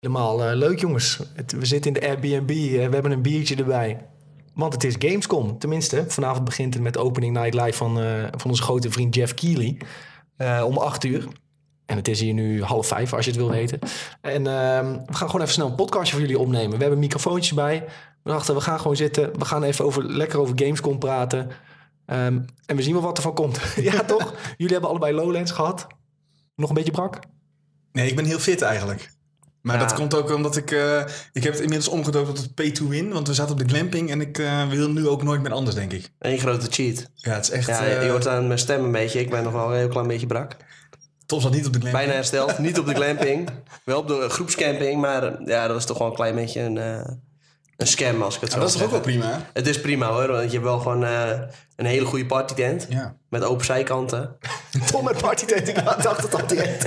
Helemaal leuk, jongens. We zitten in de Airbnb. We hebben een biertje erbij. Want het is Gamescom. Tenminste, vanavond begint het met de opening night live van onze grote vriend Jeff Keighley. Om 8:00. En het is hier nu 4:30, als je het wil weten. En we gaan gewoon even snel een podcastje voor jullie opnemen. We hebben microfoontjes bij. We dachten, we gaan gewoon zitten. We gaan even lekker over Gamescom praten. En we zien wel wat er van komt. Ja, toch? Jullie hebben allebei Lowlands gehad. Nog een beetje brak? Nee, ik ben heel fit eigenlijk. Maar dat komt ook omdat ik heb het inmiddels omgedoopt tot het pay to win. Want we zaten op de glamping en ik wil nu ook nooit meer anders, denk ik. Een grote cheat. Ja, het is echt... Ja, je hoort aan mijn stem een beetje. Ik ben nog wel een heel klein beetje brak. Tom zat niet op de glamping. Bijna hersteld. Niet op de glamping. Wel op de groepscamping. Maar ja, dat is toch wel een klein beetje een scam, als ik het zo Dat is zeg. toch ook wel prima, hè? Het is prima, hoor. Want je hebt wel gewoon een hele goede partytent. Ja. Met open zijkanten. Tom met partytent. Ik dacht het al direct.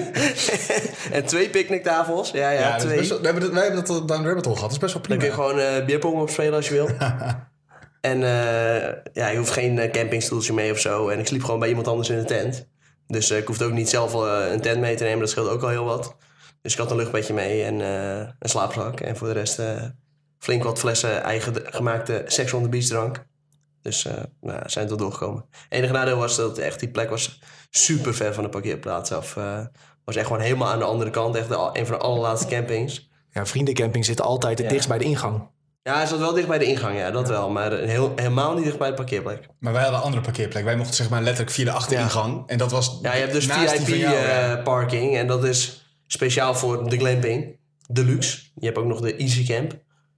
En 2 picknicktafels. Ja, 2. Wij hebben dat al down rabbit hole gehad. Dat is best wel prima. Dan kun je gewoon beerpong op spelen als je wil. En je hoeft geen campingstoeltje mee of zo. En ik sliep gewoon bij iemand anders in de tent. Dus ik hoefde ook niet zelf een tent mee te nemen. Dat scheelt ook al heel wat. Dus ik had een luchtbedje mee en een slaapzak. En voor de rest flink wat flessen eigen gemaakte Sex on the Beach drank. Dus zijn er doorgekomen. Het enige nadeel was dat echt die plek was super ver van de parkeerplaats af. Was echt gewoon helemaal aan de andere kant. Echt een van de allerlaatste campings. Ja, vriendencamping zit altijd het dichtst bij de ingang. Ja, hij zat wel dicht bij de ingang, ja, dat wel. Maar helemaal niet dicht bij de parkeerplek. Maar wij hadden een andere parkeerplek. Wij mochten zeg maar letterlijk via de achteringang. En dat was... Ja, je hebt dus naast die van VIP jou, parking. En dat is speciaal voor de glamping. Deluxe. Je hebt ook nog de Easy Camp.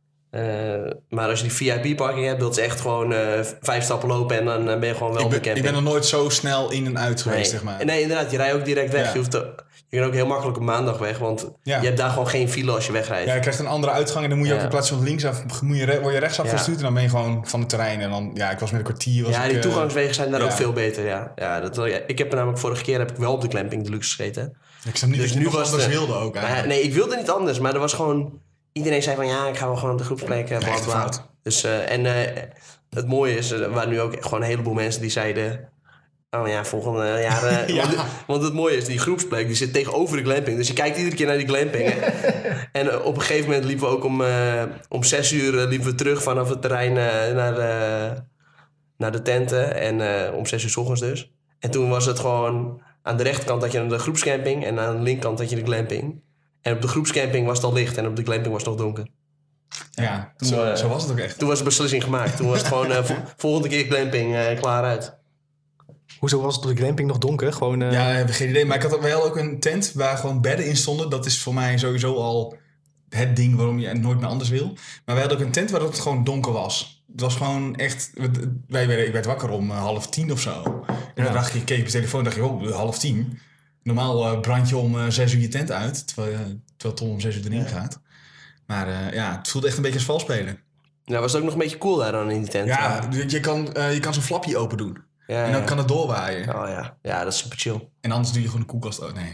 Maar als je die VIP parking hebt, dat is echt gewoon 5 stappen lopen en dan ben je gewoon wel op de camping. Ik ben er nooit zo snel in en uit geweest, zeg maar. Nee, inderdaad. Je rijdt ook direct weg. Ja. Je kan ook heel makkelijk op maandag weg, want je hebt daar gewoon geen file als je wegrijdt. Ja, je krijgt een andere uitgang en dan moet je ook in plaats van linksaf, word je rechtsaf gestuurd en dan ben je gewoon van het terrein. En dan, ik was met een kwartier. Die toegangswegen zijn daar ook veel beter, ik heb namelijk vorige keer wel op de glamping Deluxe gezeten. Ik snap niet dus dat je nu nog anders wilde ook eigenlijk. Nee, ik wilde niet anders, maar er was gewoon... Iedereen zei van ik ga wel gewoon op de groepsplek. Dus, het mooie is, er waren nu ook gewoon een heleboel mensen die zeiden... Oh ja, volgende jaar... Want het mooie is, die groepsplek die zit tegenover de glamping. Dus je kijkt iedere keer naar die glamping. En op een gegeven moment liepen we ook om 6 uur liepen we terug vanaf het terrein naar de tenten. En om 6 uur 's ochtends dus. En toen was het gewoon... Aan de rechterkant had je de groepscamping en aan de linkerkant had je de glamping. En op de groepscamping was het al licht en op de glamping was het nog donker. Ja, zo was het ook echt. Toen was de beslissing gemaakt. Toen was het gewoon volgende keer glamping klaar uit. Hoezo was het op de glamping nog donker? Gewoon, Ja, ik heb geen idee. Maar ik had ook een tent waar gewoon bedden in stonden. Dat is voor mij sowieso al het ding waarom je nooit meer anders wil. Maar wij hadden ook een tent waar het gewoon donker was. Het was gewoon echt... Ik werd wakker om 9:30 of zo. En dan keek je op je telefoon en dacht je, 9:30. Normaal brand je om 6 uur je tent uit. Terwijl Tom om 6 uur erin gaat. Maar het voelde echt een beetje als valspelen. Ja, was het ook nog een beetje cool daar dan in die tent? Ja, je kan zo'n flapje open doen. Ja, en dan kan het doorwaaien. Oh ja. Ja, dat is super chill. En anders doe je gewoon de koelkast... Oh, nee.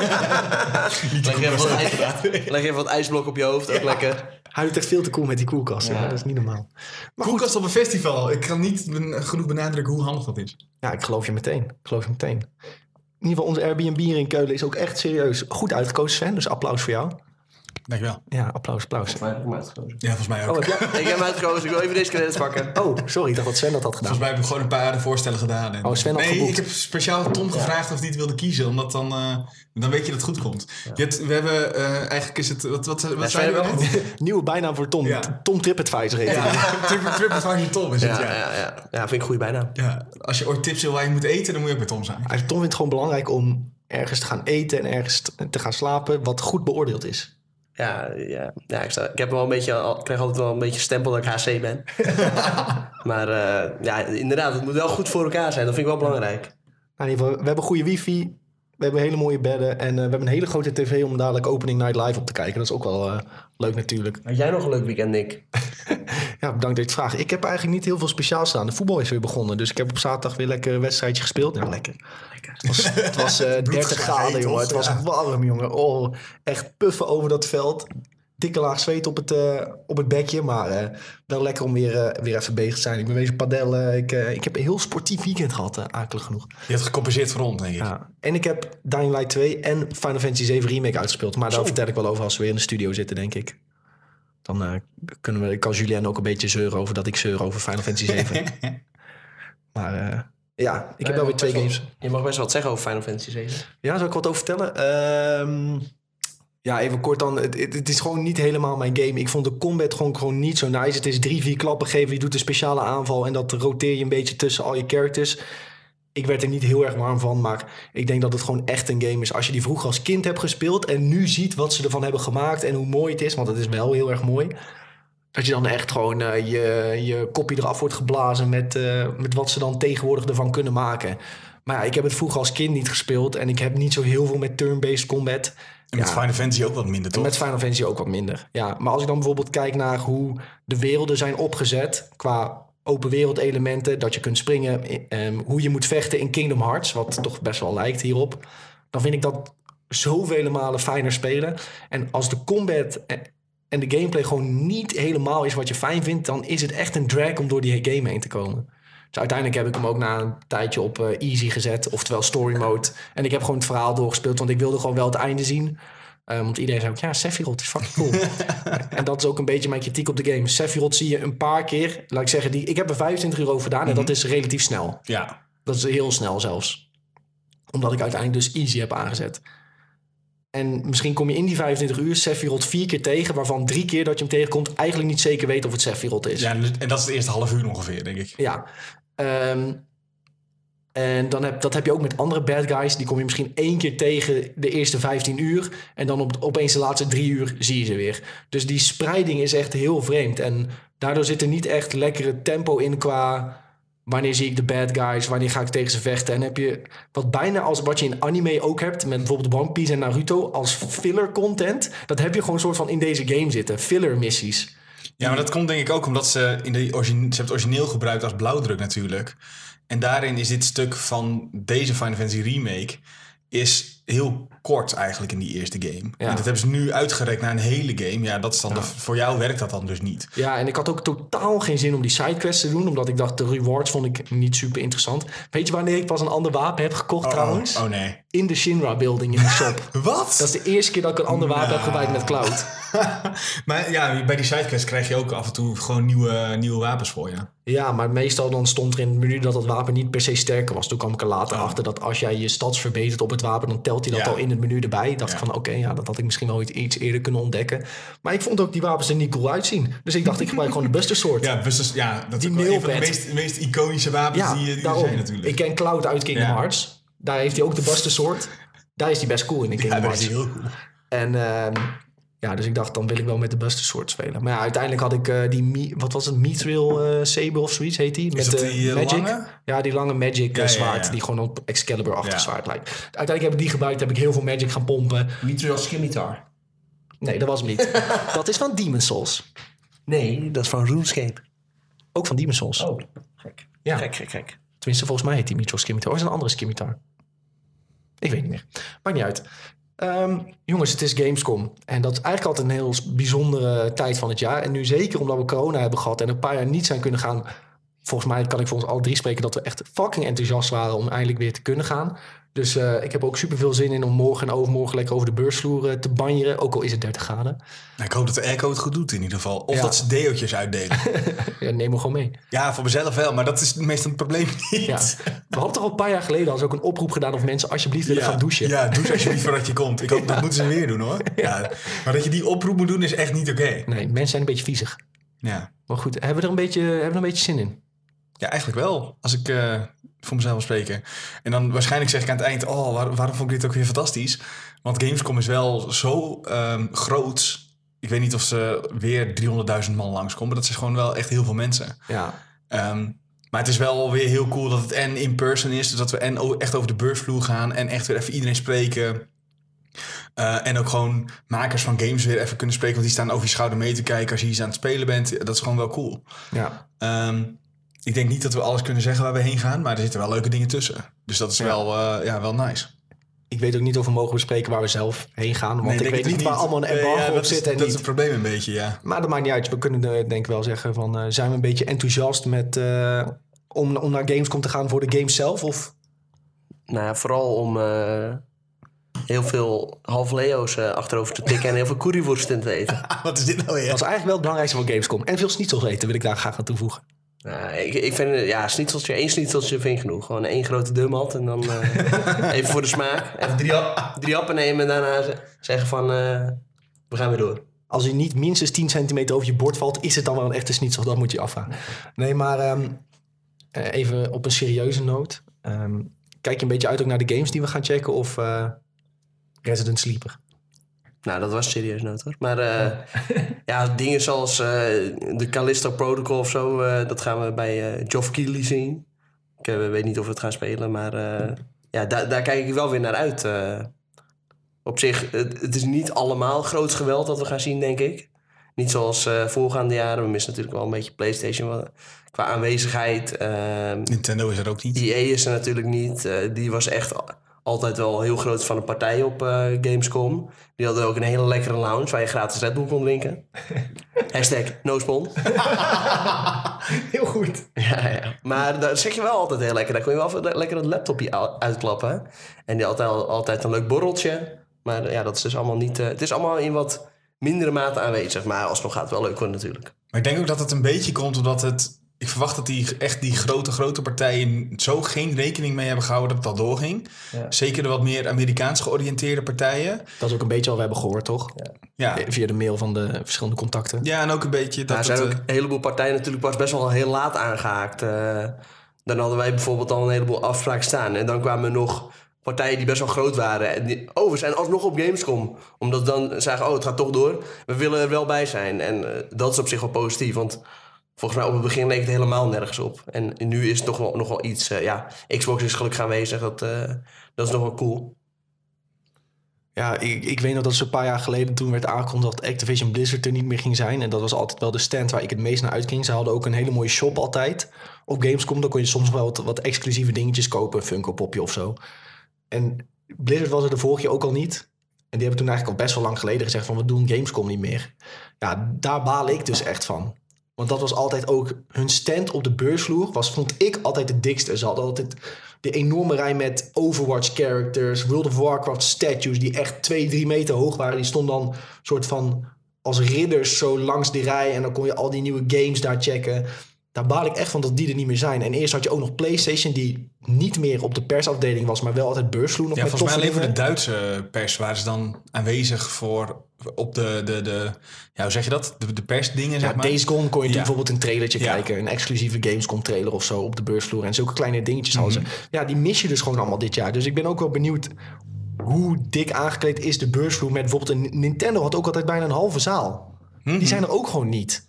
Leg even wat ijsblok op je hoofd, ook lekker. Hij doet echt veel te cool met die koelkast. Ja. Dat is niet normaal. Maar koelkast op een festival. Ik kan niet genoeg benadrukken hoe handig dat is. Ja, ik geloof je meteen. In ieder geval, onze Airbnb hier in Keulen is ook echt serieus goed uitgekozen, Sven. Dus applaus voor jou. Dankjewel. Ja, applaus. Volgens mij heb ik hem uitgekozen. Ja, volgens mij ook. Ik heb hem uitgekozen. Ik wil even deze credits pakken. Oh, sorry. Ik dacht dat Sven dat had gedaan. Volgens mij heb ik gewoon een paar voorstellen gedaan. En... Sven had geboekt. Ik heb speciaal Tom gevraagd of hij het wilde kiezen. Omdat dan weet je dat het goed komt. Ja. We hebben... eigenlijk is het... Wat zijn we wel? Nieuwe bijnaam voor Tom. Ja. Tom TripAdvisor heet hij. TripAdvisor Tom is het, Ja, vind ik een goede bijnaam. Ja. Als je ooit tips wil waar je moet eten, dan moet je ook bij Tom zijn. Tom vindt het gewoon belangrijk om ergens te gaan eten en ergens te gaan slapen wat goed beoordeeld is. Ja, ik heb wel een beetje, ik krijg altijd wel een beetje stempel dat ik HC ben. Maar inderdaad, het moet wel goed voor elkaar zijn. Dat vind ik wel belangrijk. Nou, in ieder geval, we hebben goede wifi, we hebben hele mooie bedden en we hebben een hele grote tv om dadelijk opening night live op te kijken. Dat is ook wel leuk natuurlijk. Had jij nog een leuk weekend, Nick? Ja, bedankt dat je het vraagt. Ik heb eigenlijk niet heel veel speciaals staan. De voetbal is weer begonnen, dus ik heb op zaterdag weer lekker een wedstrijdje gespeeld. Nou, lekker. Het was 30 graden, jongen. Het was warm, jongen. Oh, echt puffen over dat veld. dikke laag zweet op het bekje. Maar wel lekker om weer even bezig te zijn. Ik ben bezig padellen. Ik heb een heel sportief weekend gehad, akelig genoeg. Je hebt gecompenseerd voor rond, denk ik. Ja. En ik heb Dying Light 2 en Final Fantasy 7 Remake uitgespeeld. Maar daar vertel ik wel over als we weer in de studio zitten, denk ik. Dan kan Julien ook een beetje zeuren over dat ik zeur over Final Fantasy 7. Maar ik heb wel weer 2 games. Je mag best wel wat zeggen over Final Fantasy 7. Ja, zal ik wat over vertellen? Even kort dan. Het is gewoon niet helemaal mijn game. Ik vond de combat gewoon niet zo nice. Het is 3-4 klappen geven. Je doet een speciale aanval en dat roteer je een beetje tussen al je characters. Ik werd er niet heel erg warm van, maar ik denk dat het gewoon echt een game is. Als je die vroeger als kind hebt gespeeld en nu ziet wat ze ervan hebben gemaakt en hoe mooi het is, want het is wel heel erg mooi. Dat je dan echt gewoon je kopje eraf wordt geblazen met wat ze dan tegenwoordig ervan kunnen maken. Maar ja, ik heb het vroeger als kind niet gespeeld en ik heb niet zo heel veel met turn-based combat. En met Final Fantasy ook wat minder, toch? Met Final Fantasy ook wat minder, ja. Maar als ik dan bijvoorbeeld kijk naar hoe de werelden zijn opgezet qua open wereld elementen, dat je kunt springen, hoe je moet vechten in Kingdom Hearts, wat toch best wel lijkt hierop, dan vind ik dat zoveel malen fijner spelen. En als de combat en de gameplay gewoon niet helemaal is wat je fijn vindt, dan is het echt een drag om door die game heen te komen. Dus uiteindelijk heb ik hem ook na een tijdje op easy gezet, oftewel story mode. En ik heb gewoon het verhaal doorgespeeld, want ik wilde gewoon wel het einde zien. Want iedereen zei ook, ja, Sephiroth is fucking cool. En dat is ook een beetje mijn kritiek op de game. Sephiroth zie je een paar keer, laat ik zeggen, ik heb er 25 uur over gedaan en dat is relatief snel. Ja. Dat is heel snel zelfs. Omdat ik uiteindelijk dus easy heb aangezet. En misschien kom je in die 25 uur Sephiroth 4 keer tegen, waarvan 3 keer dat je hem tegenkomt eigenlijk niet zeker weet of het Sephiroth is. Ja, en dat is het eerste half uur ongeveer, denk ik. Ja. En dat heb je ook met andere bad guys. Die kom je misschien 1 keer tegen de eerste 15 uur. En dan opeens de laatste 3 uur zie je ze weer. Dus die spreiding is echt heel vreemd. En daardoor zit er niet echt lekkere tempo in qua wanneer zie ik de bad guys, wanneer ga ik tegen ze vechten. En heb je bijna als wat je in anime ook hebt, met bijvoorbeeld One Piece en Naruto, als filler content. Dat heb je gewoon een soort van in deze game zitten. Filler missies. Ja, maar dat komt denk ik ook omdat ze ze hebben het origineel gebruikt als blauwdruk natuurlijk. En daarin is dit stuk van deze Final Fantasy Remake is heel kort eigenlijk in die eerste game. Ja. En dat hebben ze nu uitgerekt naar een hele game. Ja, dat is dan voor jou werkt dat dan dus niet. Ja, en ik had ook totaal geen zin om die sidequests te doen, omdat ik dacht, de rewards vond ik niet super interessant. Weet je wanneer ik pas een ander wapen heb gekocht trouwens? Oh nee. In de Shinra building in de shop. Wat? Dat is de eerste keer dat ik een ander wapen heb gebruikt met Cloud. Maar ja, bij die sidequests krijg je ook af en toe gewoon nieuwe wapens voor je. Ja, maar meestal dan stond er in het menu dat het wapen niet per se sterker was. Toen kwam ik er later achter dat als jij je stats verbetert op het wapen, dan telt hij dat al in het menu erbij. Dacht ik van oké, dat had ik misschien wel iets eerder kunnen ontdekken. Maar ik vond ook die wapens er niet cool uitzien. Dus ik dacht, ik gebruik gewoon de Buster Sword. Ja, Busters, dat die is ook een van de meest iconische wapens die er zijn natuurlijk. Ik ken Cloud uit Kingdom Hearts. Daar heeft hij ook de Buster Sword. Daar is hij best cool in Kingdom Hearts. Ja, dat is heel cool. En dus ik dacht, dan wil ik wel met de Buster Sword spelen. Maar ja, uiteindelijk had ik wat was het? Mithril Saber of zoiets heet die? Is met dat die Magic. lange? Ja, die lange Magic zwaard. Die gewoon op Excalibur-achtig zwaard lijkt. Uiteindelijk heb ik die gebruikt. Heb ik heel veel Magic gaan pompen. Mithril Scimitar. Nee, dat was hem niet. Dat is van Demon's Souls. Nee, dat is van RuneScape. Ook van Demon's Souls. Oh, gek. Ja. Gek. Tenminste, volgens mij heet die Mithril Scimitar. Of is het een andere Scimitar? Ik weet niet meer. Maakt niet uit. Jongens, het is Gamescom. En dat is eigenlijk altijd een heel bijzondere tijd van het jaar. En nu zeker omdat we corona hebben gehad en een paar jaar niet zijn kunnen gaan. Volgens mij kan ik voor ons alle 3 spreken dat we echt fucking enthousiast waren om eindelijk weer te kunnen gaan. Dus ik heb ook super veel zin in om morgen en overmorgen lekker over de beursvloer te banjeren. Ook al is het 30 graden. Nou, ik hoop dat de airco het goed doet in ieder geval. Of dat ze deootjes uitdelen. Ja, neem me gewoon mee. Ja, voor mezelf wel. Maar dat is meestal het probleem niet. Ja. We hadden toch al een paar jaar geleden ook een oproep gedaan of mensen alsjeblieft willen gaan douchen. Ja, douche alsjeblieft voordat je komt. Ik hoop dat moeten ze weer doen hoor. Ja. Maar dat je die oproep moet doen is echt niet oké. Nee, mensen zijn een beetje viezig. Ja. Maar goed, hebben we er een beetje zin in? Ja, eigenlijk wel. Als ik voor mezelf wil spreken. En dan waarschijnlijk zeg ik aan het eind, waarom vond ik dit ook weer fantastisch? Want Gamescom is wel zo groot. Ik weet niet of ze weer 300.000 man langskomen. Dat is gewoon wel echt heel veel mensen. Ja. Maar het is wel weer heel cool dat het en in person is. Dus dat we en echt over de beursvloer gaan. En echt weer even iedereen spreken. En ook gewoon makers van games weer even kunnen spreken. Want die staan over je schouder mee te kijken als je iets aan het spelen bent. Dat is gewoon wel cool. Ja. Ik denk niet dat we alles kunnen zeggen waar we heen gaan. Maar er zitten wel leuke dingen tussen. Dus dat is wel nice. Ik weet ook niet of we mogen bespreken waar we zelf heen gaan. Want ik weet niet waar allemaal een Nee, embargo op zit en dat niet. is het probleem een beetje, ja. Maar dat maakt niet uit. We kunnen denk ik wel zeggen van... zijn we een beetje enthousiast met, om naar Gamescom te gaan voor de games zelf? Of? Nou ja, vooral om heel veel half Leo's achterover te tikken en heel veel curryworsten te eten. Wat is dit nou weer? Dat is eigenlijk wel het belangrijkste van Gamescom. En veel schnitzels eten wil ik daar graag aan toevoegen. Nou, ik vind, één schnitzeltje vind ik genoeg. Gewoon 1 grote dummat en dan even voor de smaak. Even 3 happen nemen en daarna zeggen van, we gaan weer door. Als hij niet minstens 10 centimeter over je bord valt... is het dan wel een echte schnitzel? Dat moet je afvragen. Nee, maar even op een serieuze noot. Kijk je een beetje uit ook naar de games die we gaan checken? Of Resident Sleeper? Nou, dat was serieus nood hoor. Maar ja, dingen zoals de Callisto Protocol of zo... dat gaan we bij Geoff Keighley zien. Ik weet niet of we het gaan spelen, maar ja, daar kijk ik wel weer naar uit. Op zich, het is niet allemaal groots geweld dat we gaan zien, denk ik. Niet zoals voorgaande jaren. We missen natuurlijk wel een beetje PlayStation qua aanwezigheid. Nintendo is er ook niet. EA is er natuurlijk niet. Die was echt altijd wel heel groot van een partij op Gamescom. Die hadden ook een hele lekkere lounge waar je gratis Red Bull kon drinken. #NoSpon. Heel goed. Ja. Maar daar zeg je wel altijd heel lekker. Daar kon je wel lekker het laptopje uitklappen. En die altijd een leuk borreltje. Maar ja, dat is dus allemaal niet... het is allemaal in wat mindere mate aanwezig. Maar alsnog gaat het wel leuk worden natuurlijk. Maar ik denk ook dat het een beetje komt omdat het... Ik verwacht dat die grote partijen zo geen rekening mee hebben gehouden dat het al doorging. Ja. Zeker de wat meer Amerikaans georiënteerde partijen. Dat is ook een beetje wat we hebben gehoord, toch? Ja. Via de mail van de verschillende contacten. Ja, en ook een beetje... Er zijn ook een heleboel partijen natuurlijk pas best wel heel laat aangehaakt. Dan hadden wij bijvoorbeeld al een heleboel afspraken staan. En dan kwamen er nog partijen die best wel groot waren. En we zijn alsnog op Gamescom. Omdat dan zagen, het gaat toch door. We willen er wel bij zijn. En dat is op zich wel positief, want... Volgens mij op het begin leek het helemaal nergens op. En nu is het nog wel iets... Xbox is gelukkig aanwezig. Dat is nog wel cool. Ja, ik weet nog dat ze een paar jaar geleden... toen werd aangekondigd dat Activision Blizzard er niet meer ging zijn. En dat was altijd wel de stand waar ik het meest naar uitging. Ze hadden ook een hele mooie shop altijd. Op Gamescom, dan kon je soms wel wat exclusieve dingetjes kopen. Een Funko Popje of zo. En Blizzard was er de vorig jaar ook al niet. En die hebben toen eigenlijk al best wel lang geleden gezegd... van we doen Gamescom niet meer. Ja, daar baal ik dus echt van. Want dat was altijd ook... Hun stand op de beursvloer vond ik altijd het dikste. Ze hadden altijd de enorme rij met Overwatch characters... World of Warcraft statues die echt 2-3 meter hoog waren. Die stonden dan soort van als ridders zo langs die rij. En dan kon je al die nieuwe games daar checken. Daar baal ik echt van dat die er niet meer zijn. En eerst had je ook nog PlayStation die niet meer op de persafdeling was... maar wel altijd beursvloer nog met volgens mij alleen voor de dingen. Duitse pers waren ze dan aanwezig voor... op de hoe zeg je dat? De persdingen, zeg maar. Days Gone kon je bijvoorbeeld een trailertje kijken. Een exclusieve Gamescom trailer of zo op de beursvloer. En zulke kleine dingetjes hadden ze. Ja, die mis je dus gewoon allemaal dit jaar. Dus ik ben ook wel benieuwd hoe dik aangekleed is de beursvloer... met bijvoorbeeld een Nintendo had ook altijd bijna een halve zaal. Die zijn er ook gewoon niet.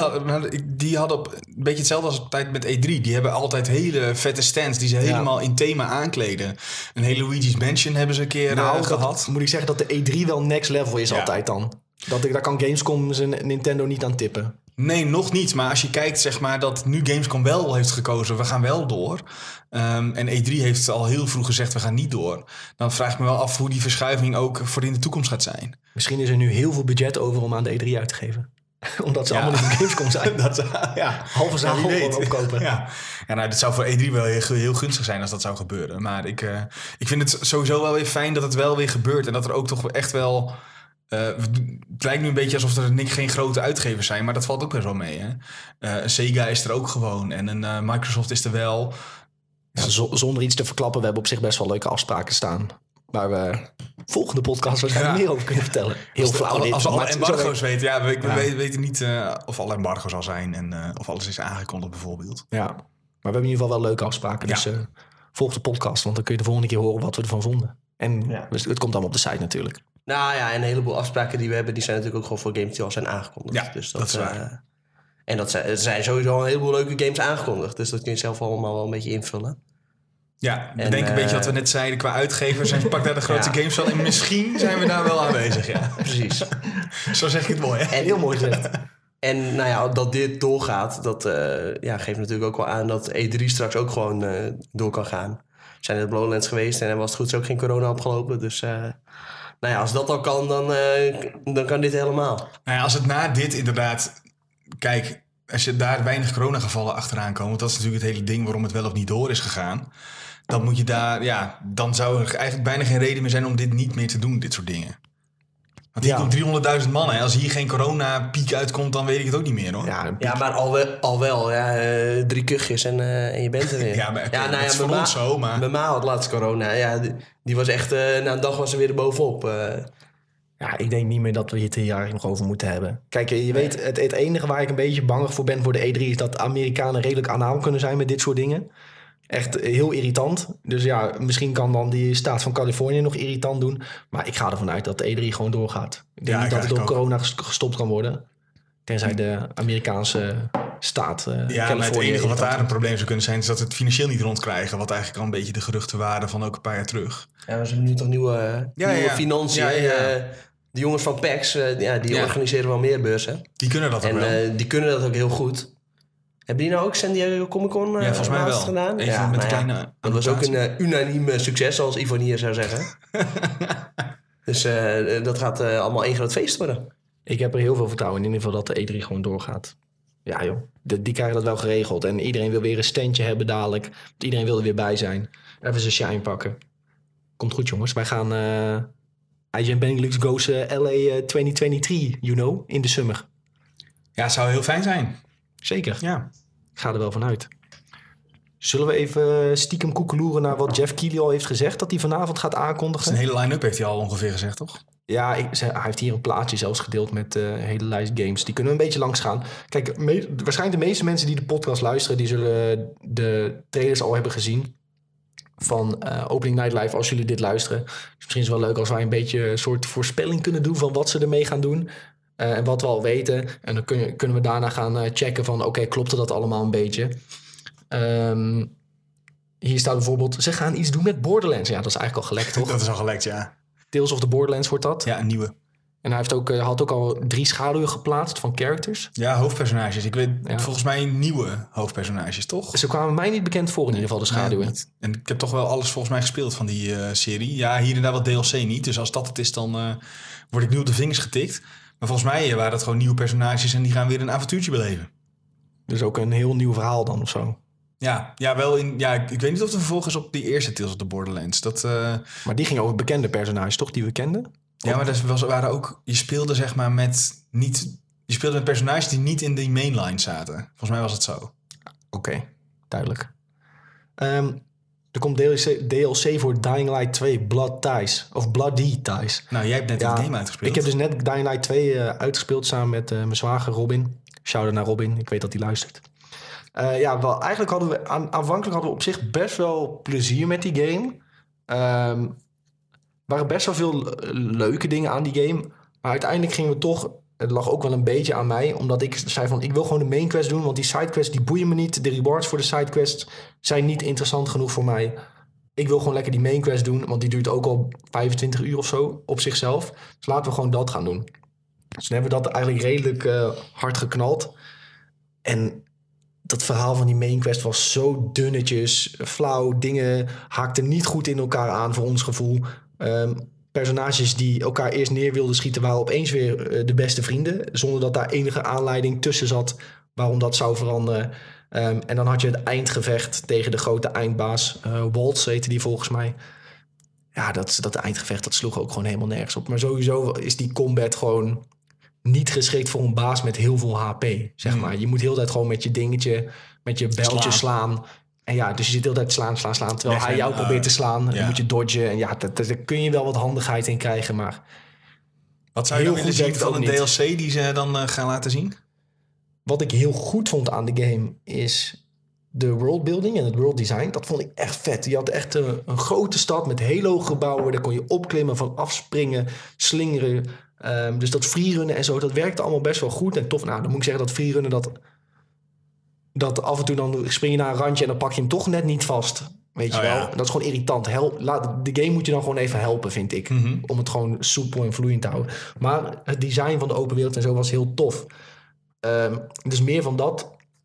Die hadden een beetje hetzelfde als op tijd met E3. Die hebben altijd hele vette stands die ze helemaal in thema aankleden. Een hele Luigi's Mansion hebben ze een keer gehad. Moet ik zeggen dat de E3 wel next level is altijd dan. Daar kan Gamescom zijn Nintendo niet aan tippen. Nee, nog niet. Maar als je kijkt, zeg maar, dat nu Gamescom wel heeft gekozen... we gaan wel door. En E3 heeft al heel vroeg gezegd, we gaan niet door. Dan vraag ik me wel af hoe die verschuiving ook voor in de toekomst gaat zijn. Misschien is er nu heel veel budget over om aan de E3 uit te geven. Omdat ze allemaal niet op Gamescom zijn. Halve zaal gewoon opkopen. Ja, nou, dat zou voor E3 wel heel gunstig zijn als dat zou gebeuren. Maar ik vind het sowieso wel weer fijn dat het wel weer gebeurt. En dat er ook toch echt wel... het lijkt nu een beetje alsof er geen grote uitgevers zijn. Maar dat valt ook best wel mee. Hè? Sega is er ook gewoon. En een Microsoft is er wel. Ja, zonder iets te verklappen. We hebben op zich best wel leuke afspraken staan. Waar we volgende podcast waarschijnlijk meer over kunnen vertellen. Heel flauw. Als we alle embargo's weten. Ja, we weten niet of alle embargo's al zijn. En of alles is aangekondigd bijvoorbeeld. Ja, maar we hebben in ieder geval wel leuke afspraken. Dus volg de podcast. Want dan kun je de volgende keer horen wat we ervan vonden. En het komt allemaal op de site natuurlijk. Nou ja, en een heleboel afspraken die we hebben... die zijn natuurlijk ook gewoon voor games die al zijn aangekondigd. Ja, dus dat is waar. En er zijn sowieso een heleboel leuke games aangekondigd. Dus dat kun je zelf allemaal wel een beetje invullen. Ja, ik denk een beetje wat we net zeiden qua uitgevers. En pak daar de grootste games wel. En misschien zijn we daar wel aanwezig, ja. Precies. Zo zeg je het mooi, hè? En heel mooi gezegd. En nou ja, dat dit doorgaat... dat geeft natuurlijk ook wel aan dat E3 straks ook gewoon door kan gaan. zijn in het Blowlands geweest en was het goed is ook geen corona opgelopen. Dus nou ja, als dat al kan, dan kan dit helemaal. Nou ja, als het na dit inderdaad... Kijk, als je daar weinig coronagevallen achteraan komen... want dat is natuurlijk het hele ding waarom het wel of niet door is gegaan... dan moet je daar... Ja, dan zou er eigenlijk bijna geen reden meer zijn om dit niet meer te doen, dit soort dingen. Want hier komt 300.000 man. Hè. Als hier geen coronapiek uitkomt, dan weet ik het ook niet meer, hoor. Ja, maar al wel. Ja, 3 kuchjes en je bent er weer. Ja, maar dat is voor ons zo, maar... Mijn ma had laatst corona. Ja, die was echt... na een dag was ze weer er bovenop. Ja, ik denk niet meer dat we het hier nog over moeten hebben. Kijk, je weet, het enige waar ik een beetje bang voor ben voor de E3... is dat Amerikanen redelijk anaal kunnen zijn met dit soort dingen. Echt heel irritant. Dus ja, misschien kan dan die staat van Californië nog irritant doen. Maar ik ga ervan uit dat de E3 gewoon doorgaat. Ik denk niet dat het door corona gestopt kan worden. Tenzij de Amerikaanse staat Californië... maar het enige wat daar een probleem zou kunnen zijn... is dat we het financieel niet rondkrijgen. Wat eigenlijk al een beetje de geruchten waren van ook een paar jaar terug. Ja, we hebben nu toch nieuwe financiën. De jongens van PAX, die organiseren wel meer beurzen. Die kunnen dat ook wel. En die kunnen dat ook heel goed. Hebben die nou ook San Diego Comic Con volgens mij wel gedaan? Even met kleine dat was ook een unaniem succes, zoals Ivan hier zou zeggen. Dus dat gaat allemaal één groot feest worden. Ik heb er heel veel vertrouwen in ieder geval dat de E3 gewoon doorgaat. Ja joh, die krijgen dat wel geregeld. En iedereen wil weer een standje hebben dadelijk. Want iedereen wil er weer bij zijn. Even zijn shine pakken. Komt goed jongens, wij gaan... IGN Benelux goes LA 2023, you know, in de summer. Ja, zou heel fijn zijn. Zeker. Ja. Ik ga er wel van uit. Zullen we even stiekem koekeloeren naar wat Jeff Keighley al heeft gezegd... dat hij vanavond gaat aankondigen? Zijn hele line-up heeft hij al ongeveer gezegd, toch? Ja, hij heeft hier een plaatje zelfs gedeeld met een hele lijst games. Die kunnen we een beetje langs gaan. Kijk, waarschijnlijk de meeste mensen die de podcast luisteren... die zullen de trailers al hebben gezien van Opening Night Live als jullie dit luisteren. Dus misschien is het wel leuk als wij een beetje een soort voorspelling kunnen doen... van wat ze ermee gaan doen... en wat we al weten. En dan kunnen we daarna gaan checken van... oké, klopte dat allemaal een beetje? Hier staat bijvoorbeeld... ze gaan iets doen met Borderlands. Ja, dat is eigenlijk al gelekt, toch? Dat is al gelekt, ja. Tales of the Borderlands wordt dat. Ja, een nieuwe. En hij had ook al 3 schaduwen geplaatst van characters. Ja, hoofdpersonages. Ik weet volgens mij nieuwe hoofdpersonages, toch? Ze kwamen mij niet bekend voor in ieder geval, de schaduwen. Nee, en ik heb toch wel alles volgens mij gespeeld van die serie. Ja, hier en daar wat DLC niet. Dus als dat het is, dan word ik nu op de vingers getikt. Maar volgens mij waren dat gewoon nieuwe personages... en die gaan weer een avontuurtje beleven. Dus ook een heel nieuw verhaal dan of zo? Ja, wel ik weet niet of het een vervolg is op die eerste Tales of the Borderlands. Maar die ging over bekende personages, toch? Die we kenden? Ja, maar waren ook... Je speelde zeg maar met personages die niet in die mainline zaten. Volgens mij was het zo. Oké, duidelijk. Er komt DLC voor Dying Light 2, Blood Ties. Of Bloody Ties. Nou, jij hebt net die game uitgespeeld. Ik heb dus net Dying Light 2 uitgespeeld samen met mijn zwager Robin. Shout-out naar Robin, ik weet dat hij luistert. Eigenlijk aanvankelijk hadden we op zich best wel plezier met die game. Waren best wel veel leuke dingen aan die game. Maar uiteindelijk gingen we toch... Het lag ook wel een beetje aan mij. Omdat ik zei van, ik wil gewoon de main quest doen. Want die sidequests die boeien me niet. De rewards voor de sidequests zijn niet interessant genoeg voor mij. Ik wil gewoon lekker die main quest doen. Want die duurt ook al 25 uur of zo op zichzelf. Dus laten we gewoon dat gaan doen. Dus toen hebben we dat eigenlijk redelijk hard geknald. En dat verhaal van die main quest was zo dunnetjes, flauw. Dingen haakten niet goed in elkaar aan voor ons gevoel. Personages die elkaar eerst neer wilden schieten... waren opeens weer de beste vrienden. Zonder dat daar enige aanleiding tussen zat waarom dat zou veranderen. En dan had je het eindgevecht tegen de grote eindbaas. Waltz heette die volgens mij. Ja, dat eindgevecht dat sloeg ook gewoon helemaal nergens op. Maar sowieso is die combat gewoon niet geschikt voor een baas met heel veel HP. Zeg maar. Je moet heel de tijd gewoon met je dingetje, met je bijltje slaan. En ja, dus je zit de hele tijd slaan. Terwijl hij jou probeert te slaan. Dan moet je dodgen. En ja, daar kun je wel wat handigheid in krijgen. Maar wat zou je dan willen zien van een DLC die ze dan gaan laten zien? Wat ik heel goed vond aan de game is de worldbuilding en het world design. Dat vond ik echt vet. Je had echt een grote stad met hele hoge gebouwen. Daar kon je opklimmen, van afspringen, slingeren. Dus dat freerunnen en zo, dat werkte allemaal best wel goed en tof. Nou, dan moet ik zeggen dat freerunnen, dat af en toe dan spring je naar een randje en dan pak je hem toch net niet vast. Weet je wel? Ja. Dat is gewoon irritant. De game moet je dan gewoon even helpen, vind ik. Mm-hmm. Om het gewoon soepel en vloeiend te houden. Maar het design van de open wereld en zo was heel tof. Dus meer van dat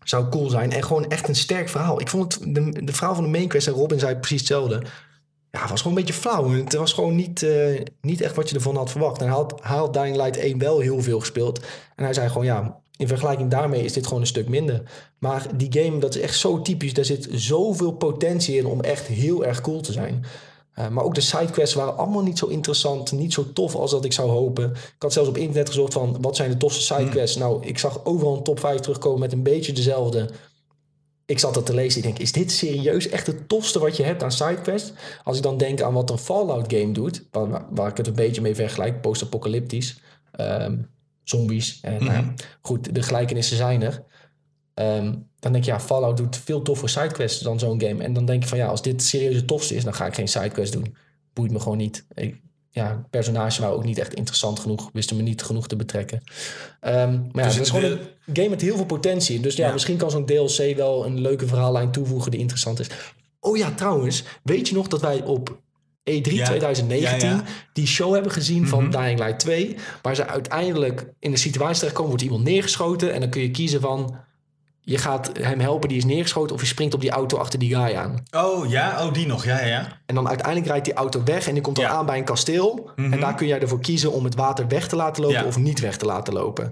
zou cool zijn. En gewoon echt een sterk verhaal. Ik vond het, de verhaal van de main quest, en Robin zei precies hetzelfde. Ja, het was gewoon een beetje flauw. Het was gewoon niet echt wat je ervan had verwacht. En hij had Dying Light 1 wel heel veel gespeeld. En hij zei gewoon, ja, in vergelijking daarmee is dit gewoon een stuk minder. Maar die game, dat is echt zo typisch. Daar zit zoveel potentie in om echt heel erg cool te zijn. Maar ook de sidequests waren allemaal niet zo interessant, niet zo tof als dat ik zou hopen. Ik had zelfs op internet gezocht van, wat zijn de tofste sidequests? Nou, ik zag overal een top 5 terugkomen met een beetje dezelfde. Ik zat dat te lezen. Ik denk, is dit serieus echt het tofste wat je hebt aan sidequests? Als ik dan denk aan wat een Fallout game doet, waar ik het een beetje mee vergelijk, post-apocalyptisch, zombies. Nou ja, goed, de gelijkenissen zijn er. Dan denk je, ja, Fallout doet veel toffer sidequests dan zo'n game. En dan denk je van, ja, als dit serieus het tofste is, dan ga ik geen sidequests doen. Boeit me gewoon niet. Personages waren ook niet echt interessant genoeg. Wisten me niet genoeg te betrekken. Maar ja, het is gewoon een game met heel veel potentie. Dus ja, misschien kan zo'n DLC wel een leuke verhaallijn toevoegen die interessant is. Oh ja, trouwens, weet je nog dat wij op E3 2019 die show hebben gezien van Dying Light 2... waar ze uiteindelijk in de situatie terechtkomen, wordt iemand neergeschoten en dan kun je kiezen van, je gaat hem helpen, die is neergeschoten, of je springt op die auto achter die guy aan. Oh ja, die nog, ja. En dan uiteindelijk rijdt die auto weg en die komt dan aan bij een kasteel. En daar kun jij ervoor kiezen om het water weg te laten lopen of niet weg te laten lopen.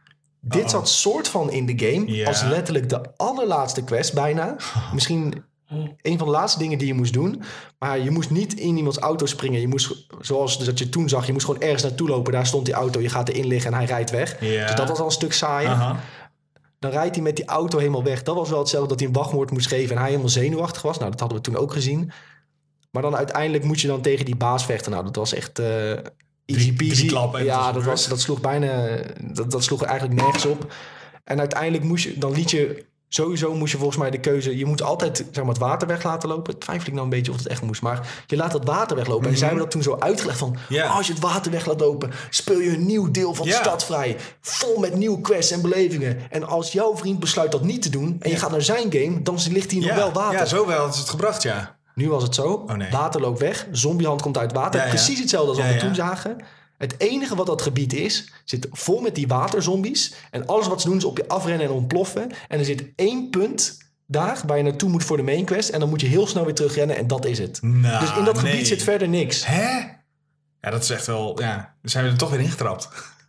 Dit zat soort van in de game als letterlijk de allerlaatste quest bijna. Misschien een van de laatste dingen die je moest doen. Maar je moest niet in iemands auto springen. Je moest, zoals dat je toen zag, je moest gewoon ergens naartoe lopen. Daar stond die auto, je gaat erin liggen en hij rijdt weg. Dus dat was al een stuk saaier. Dan rijdt hij met die auto helemaal weg. Dat was wel hetzelfde dat hij een wachtwoord moest geven en hij helemaal zenuwachtig was. Nou, dat hadden we toen ook gezien. Maar dan uiteindelijk moet je dan tegen die baas vechten. Nou, dat was echt easy peasy. Drie klappen. Ja, dat sloeg bijna, dat sloeg er eigenlijk nergens op. En uiteindelijk liet je volgens mij de keuze, je moet altijd zeg maar, het water weg laten lopen. Twijfel ik nou een beetje of het echt moest. Maar je laat dat water weglopen. En zij hebben dat toen zo uitgelegd van, als je het water weg laat lopen, speel je een nieuw deel van de stad vrij. Vol met nieuwe quests en belevingen. En als jouw vriend besluit dat niet te doen en je gaat naar zijn game, dan ligt hier nog wel water. Ja, zo wel is het gebracht, ja. Nu was het zo, water loopt weg, zombiehand komt uit water. Precies hetzelfde als wat we toen zagen. Het enige wat dat gebied is, zit vol met die waterzombies. En alles wat ze doen is op je afrennen en ontploffen. En er zit 1 punt daar waar je naartoe moet voor de main quest. En dan moet je heel snel weer terugrennen en dat is het. Nou, dus in dat gebied zit verder niks. Hè? Ja, dat is echt wel, dan zijn we er toch weer ingetrapt.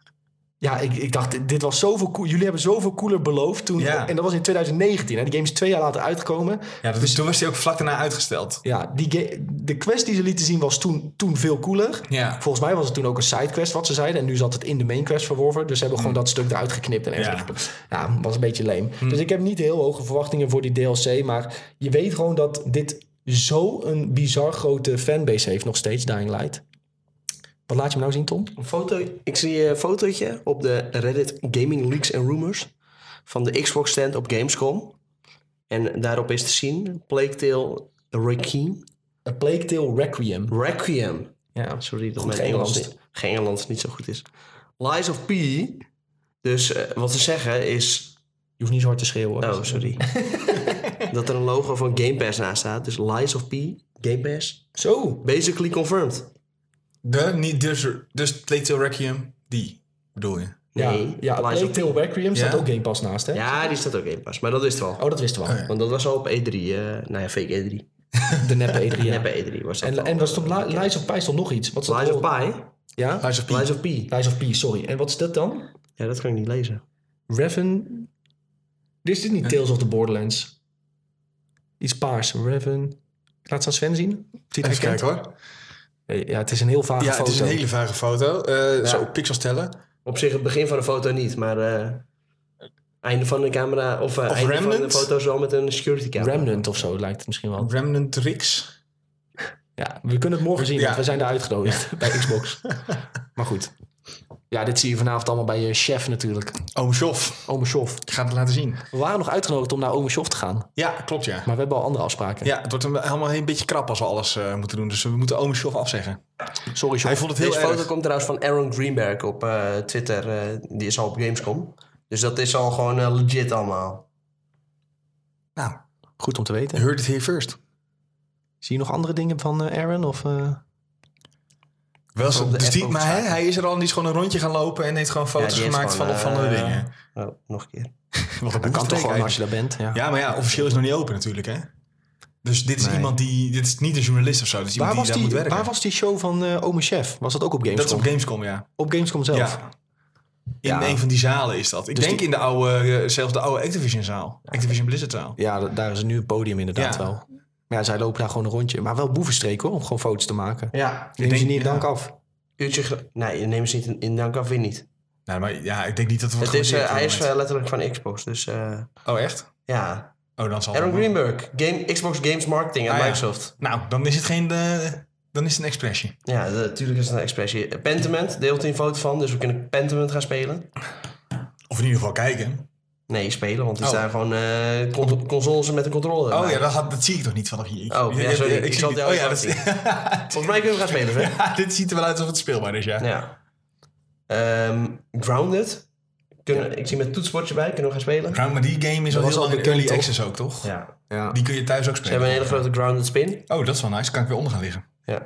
Ja, ik dacht, dit was zoveel cool. Jullie hebben zoveel cooler beloofd toen. En dat was in 2019. Hè? Die game is 2 jaar later uitgekomen. Ja, dus toen was die ook vlak daarna uitgesteld. Ja, de quest die ze lieten zien was toen veel cooler. Ja. Volgens mij was het toen ook een sidequest wat ze zeiden. En nu zat het in de main quest verworven. Dus ze hebben gewoon dat stuk eruit geknipt. En was een beetje lame. Dus ik heb niet heel hoge verwachtingen voor die DLC. Maar je weet gewoon dat dit zo een bizar grote fanbase heeft nog steeds, Dying Light. Wat laat je me nou zien, Tom? Een foto. Ik zie een fotootje op de Reddit Gaming Leaks and Rumors van de Xbox stand op Gamescom. En daarop is te zien Plague Tale Requiem. A Plague Tale Requiem. Requiem. Ja, sorry dat mijn Engels niet zo goed is. Lies of P. Dus wat ze zeggen is... Je hoeft niet zo hard te schreeuwen. Oh, sorry. Dat er een logo van Game Pass naast staat. Dus Lies of P, Game Pass. Zo. Basically confirmed. Dus Plague Tale Requiem, die bedoel je? Nee. Ja, Plague Tale Requiem staat ook Game Pass naast, hè? Ja, die staat ook Game Pass. Maar dat wisten we al. Oh, dat wisten we al. Oh, ja. Want dat was al op E3. Fake E3. De neppe E3, Neppe E3 was dat. En was het op Lies of P stond nog iets? Wat Lies of P? Ja? Lies of P. Lies of P, sorry. En wat is dat dan? Ja, dat kan ik niet lezen. Reven... Dit is dit niet Tales of the Borderlands? Iets paars. Reven... Laat ze aan Sven zien. Even kijken hoor. Ja, het is een heel vage foto. Ja, het is een hele vage foto. Zo, pixels tellen. Op zich het begin van de foto niet, maar... einde van de camera... Of einde Remnant? van de foto zo met een security camera. Remnant of zo lijkt het misschien wel. Remnant Rix. Ja, we kunnen het morgen zien, want we zijn daar uitgenodigd bij Xbox. Maar goed. Ja, dit zie je vanavond allemaal bij je chef natuurlijk. Ome Schof. Ik ga het laten zien. We waren nog uitgenodigd om naar Ome Schof te gaan. Ja, klopt ja. Maar we hebben al andere afspraken. Ja, het wordt helemaal een beetje krap als we alles moeten doen. Dus we moeten Ome Schof afzeggen. Sorry, Schof. Hij vond het heel Deze erg. foto komt trouwens van Aaron Greenberg op Twitter. Die is al op Gamescom. Dus dat is al gewoon legit allemaal. Nou, goed om te weten. Heard it here first. Zie je nog andere dingen van Aaron? Of... Wel zo, dus hij is er al en die is gewoon een rondje gaan lopen en heeft gewoon foto's gemaakt van de dingen. Oh, nog een keer. Wat Dat kan toch gewoon als je daar bent. Ja. Ja, maar ja, officieel is het nog niet open natuurlijk, hè? Dus dit is iemand dit is niet een journalist of zo. Dit is iemand die daar moet werken. Waar was die show van Ome Chef? Was dat ook op Gamescom? Dat is op Gamescom, ja. Op Gamescom zelf? Ja. In een van die zalen is dat. Ik denk in de oude, zelfs de oude Activision-zaal. Activision Blizzard-zaal. Ja, daar is nu een podium inderdaad wel. Maar ja, zij lopen daar gewoon een rondje. Maar wel boevenstreek hoor, om gewoon foto's te maken. Ja. Neem ze niet in dank af? Nee, nemen ze niet in dank af, weer niet. Nou, maar ja, ik denk niet dat het wordt Hij is letterlijk van Xbox, dus... Oh, echt? Ja. Oh, dan zal Aaron Greenberg, Xbox Games Marketing en Microsoft. Nou, dan is het dan is het een expressie. Ja, natuurlijk is het een expressie. Pentiment deelt hij een foto van, dus we kunnen Pentiment gaan spelen. Of in ieder geval kijken. Nee, spelen, want die staan gewoon consoles met een controller. Oh ja, dat zie ik toch niet vanaf hier. Sorry. Ik zal het jou zien. Volgens mij kunnen we gaan spelen, hè? Ja, dit ziet er wel uit alsof het speelbaar is, ja. Grounded. Ik zie met toetsenbordje bij, kunnen we gaan spelen. Maar die game is al heel lang in early access ook, toch? Ja. Die kun je thuis ook spelen. Ze hebben een hele grote grounded spin. Oh, dat is wel nice. Kan ik weer onder gaan liggen. Ja.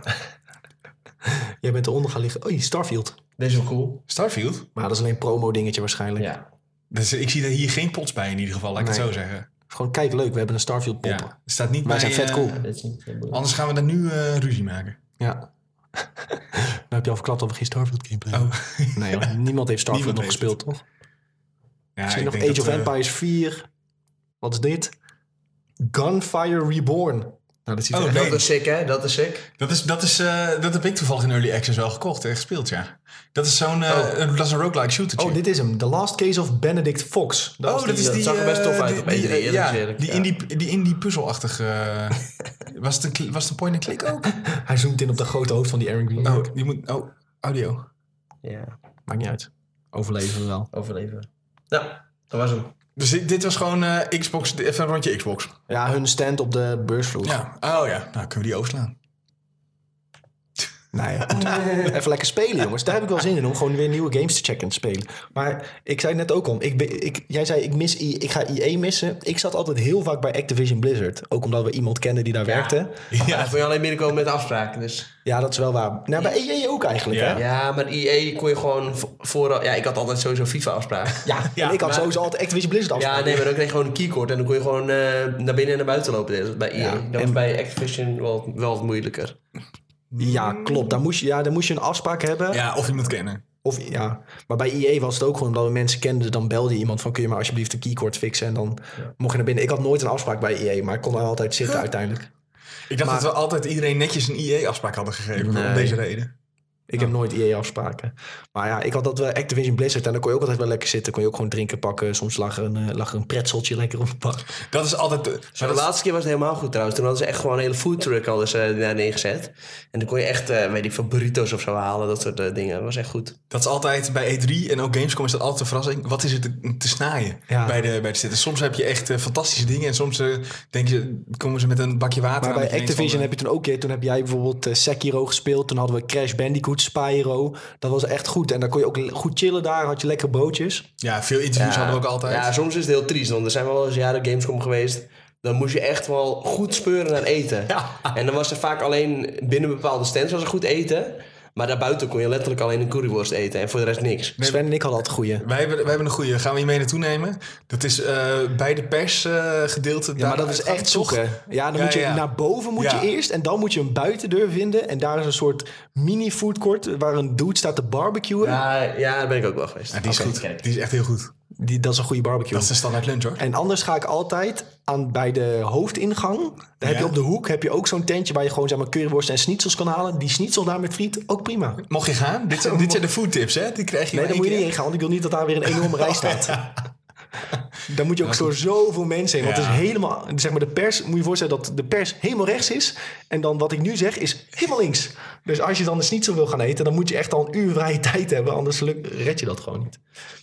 Jij bent eronder gaan liggen. Oh, Starfield. Deze is wel cool. Starfield? Maar dat is alleen een promo dingetje waarschijnlijk. Ja. Dus ik zie er hier geen pots bij in ieder geval, laat ik het zo zeggen. Het is gewoon kijk leuk, we hebben een Starfield pop. Ja. Er staat niet maar bij... zijn vet cool. Anders gaan we daar nu ruzie maken. Ja. Nou heb je al verklapt dat we geen Starfield gameplay Oh. Nee hoor, niemand heeft Starfield nog gespeeld, toch? Ja, Misschien nog Age of Empires 4. Wat is dit? Gunfire Reborn. Nou, dat ziet Dat is sick, hè? Dat is sick. Dat heb ik toevallig in Early Access wel gekocht en gespeeld, ja. Dat is zo'n dat is een roguelike shooter. Oh, dit is hem. The Last Case of Benedict Fox. Dat zag er best tof uit op E3. Die indie puzzelachtige... was het een point-and-click ook? Hij zoomt in op de grote hoofd van die Aaron Greenberg. Audio. Ja. Maakt niet uit. Overleven we wel. Overleven. Nou, dat was hem. Dus dit was gewoon Xbox, even een rondje Xbox. Ja, hun stand op de beursvloer. Ja. Oh ja, nou kunnen we die overslaan. Nou ja, even lekker spelen, jongens. Daar heb ik wel zin in om gewoon weer nieuwe games te checken en te spelen. Maar ik zei net ook al, jij zei ik ga EA missen. Ik zat altijd heel vaak bij Activision Blizzard. Ook omdat we iemand kenden die daar werkte. Ja, dan kon je alleen binnenkomen met afspraken. Dus. Ja, dat is wel waar. Nou, bij EA ook eigenlijk, hè? Ja, maar EA kon je gewoon vooral... Ja, ik had altijd sowieso FIFA-afspragen. Ja, en ik had sowieso altijd Activision Blizzard afspraken. Ja, nee, maar dan kreeg je gewoon een keycord en dan kon je gewoon naar binnen en naar buiten lopen. Bij EA. Dat was bij Activision wel wat moeilijker. Ja, klopt. Daar moest je een afspraak hebben. Ja, of iemand kennen. Maar bij EA was het ook gewoon omdat we mensen kenden. Dan belde je iemand van, kun je maar alsjeblieft een keycord fixen? En dan mocht je naar binnen. Ik had nooit een afspraak bij EA, maar ik kon daar altijd zitten uiteindelijk. Ik dacht dat we altijd iedereen netjes een EA-afspraak hadden gegeven. Om deze reden. Ik heb nooit EA-afspraken. Maar ja, ik had dat wel Activision Blizzard. En dan kon je ook altijd wel lekker zitten. Kon je ook gewoon drinken pakken. Soms lag er een pretzeltje lekker op de pak. Dat is altijd... Maar de laatste keer was het helemaal goed trouwens. Toen hadden ze echt gewoon een hele foodtruck daar neergezet. En dan kon je echt, weet ik veel, burritos of zo halen. Dat soort dingen. Dat was echt goed. Dat is altijd bij E3 en ook Gamescom is dat altijd een verrassing. Wat is er te snaaien bij de zitten? Soms heb je echt fantastische dingen. En soms komen ze met een bakje water. Maar bij Activision heb je toen ook... Toen heb jij bijvoorbeeld Sekiro gespeeld. Toen hadden we Crash Bandicoot, Spyro. Dat was echt goed. En dan kon je ook goed chillen daar. Had je lekker broodjes. Ja, veel interviews hadden we ook altijd. Ja, soms is het heel triest. Want er zijn wel eens jaren Gamescom geweest. Dan moest je echt wel goed speuren naar eten. Ja. En dan was er vaak alleen binnen bepaalde stands was er goed eten. Maar daarbuiten kon je letterlijk alleen een curryworst eten. En voor de rest niks. Sven en ik hadden altijd goeie. Wij hebben een goeie. Gaan we je mee naartoe nemen? Dat is bij de persgedeelte. Ja, maar dat is echt zoeken. Ja, dan moet je naar boven je eerst. En dan moet je een buitendeur vinden. En daar is een soort mini foodcourt waar een dude staat te barbecuen. Ja, daar ben ik ook wel geweest. Ja, die is goed. Die is echt heel goed. Dat is een goede barbecue. Dat is een standaard lunch, hoor. En anders ga ik altijd bij de hoofdingang. Daar heb je op de hoek ook zo'n tentje waar je gewoon zeg maar curryworst en schnitzels kan halen. Die schnitzels daar met friet, ook prima. Mocht je gaan? Dit zijn de foodtips, hè? Die krijg je. Nee, daar moet je niet in gaan, want ik wil niet dat daar weer een enorme rij staat. Daar moet je ook door zoveel mensen heen. Want het is helemaal, zeg maar de pers, moet je voorstellen dat de pers helemaal rechts is. En dan wat ik nu zeg is helemaal links. Dus als je dan de schnitzel wil gaan eten, dan moet je echt al een uur vrije tijd hebben. Anders red je dat gewoon niet.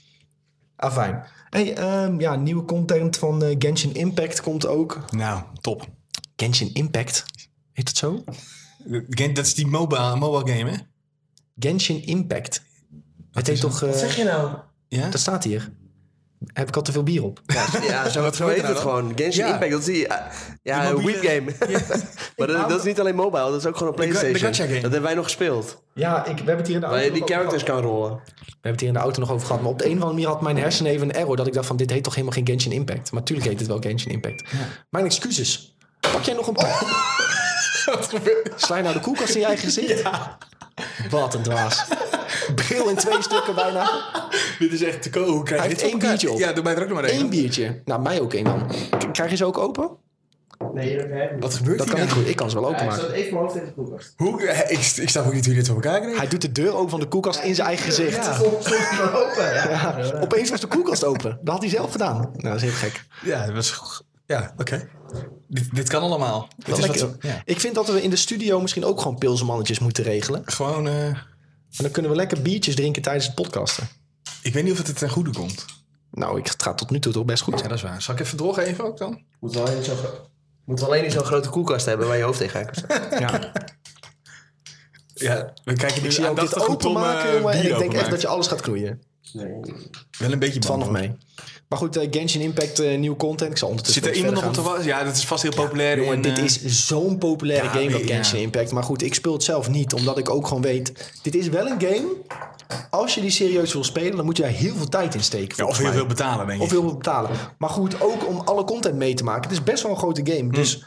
Fijn. Hey, nieuwe content van Genshin Impact komt ook. Nou, top. Genshin Impact? Heet het zo? Dat is die mobile game, hè? Genshin Impact. Het heet toch... Wat zeg je nou? Ja? Dat staat hier. Heb ik al te veel bier op? Ja, zo heet nou het dan? gewoon. Genshin Ja. Impact, dat is die... Ja, Die een mobiele- Wii game. Maar dat is niet alleen mobile, dat is ook gewoon op De PlayStation. gacha game. Dat hebben wij nog gespeeld. Ja, we hebben het hier in de Waar auto je die characters kan rollen. We hebben het hier in de auto nog over gehad. Maar op de een of andere manier had mijn hersenen even een error. Dat ik dacht van, dit heet toch helemaal geen Genshin Impact. Maar natuurlijk heet het wel Genshin Impact. Ja. Mijn excuses. Pak jij nog een paar? Wat gebeurt er? Sla je nou de koelkast in je eigen gezicht? Ja. Wat een dwaas. Bril in 2 stukken bijna. Dit is echt te koop. Hoe krijg Hij je heeft dit voor 1 elkaar? biertje op. Ja, doe mij er ook nog maar 1 biertje. Nou, mij ook 1 dan. Krijg je ze ook open? Nee, dat heb ik Wat gebeurt Dat hier kan niet nou? goed. Ik kan ze wel Ik openmaken. zat even mijn hoofd tegen de koelkast. Hoe? Ik snap ook niet hoe je dit voor elkaar krijgt. Hij doet de deur open van de koelkast in zijn eigen gezicht. Ja, stond hij open. Ja. Ja. Opeens was de koelkast open. Dat had hij zelf gedaan. Nou, dat is heel gek. Ja, dat was... Ja, oké. Dit kan allemaal. Wel Dit is wat lekker. zo, ja. Ik vind dat we in de studio misschien ook gewoon pilsenmannetjes moeten regelen. Gewoon... En dan kunnen we lekker biertjes drinken tijdens het podcasten. ik weet niet of het ten goede komt. Nou, het gaat tot nu toe toch best goed. Ja, dat is waar. Zal ik even doorgeven ook dan? Moeten we alleen niet zo'n grote koelkast hebben waar je hoofd tegen kan staan. Ja. Ja, we kijken nu Ik zie jou dit aandachtig hoe Tom, openmaken, jongen. En bier ik denk echt openmaakt. dat je alles gaat knoeien. Nee. Wel een beetje Het valt bang, nog hoor. mee. Maar goed, Genshin Impact, nieuwe content. Ik zal ondertussen Zit er verder iemand nog op te gaan. wachten? Ja, dat is vast heel populair. Jongen, in, dit is zo'n populaire ja, game, dat ja. Genshin Impact. Maar goed, ik speel het zelf niet, omdat ik ook gewoon weet... Dit is wel een game. Als je die serieus wil spelen, dan moet je daar heel veel tijd in steken. Ja, of volgens heel mij. veel betalen, denk ik. Of heel veel betalen. Maar goed, ook om alle content mee te maken. Het is best wel een grote game. Dus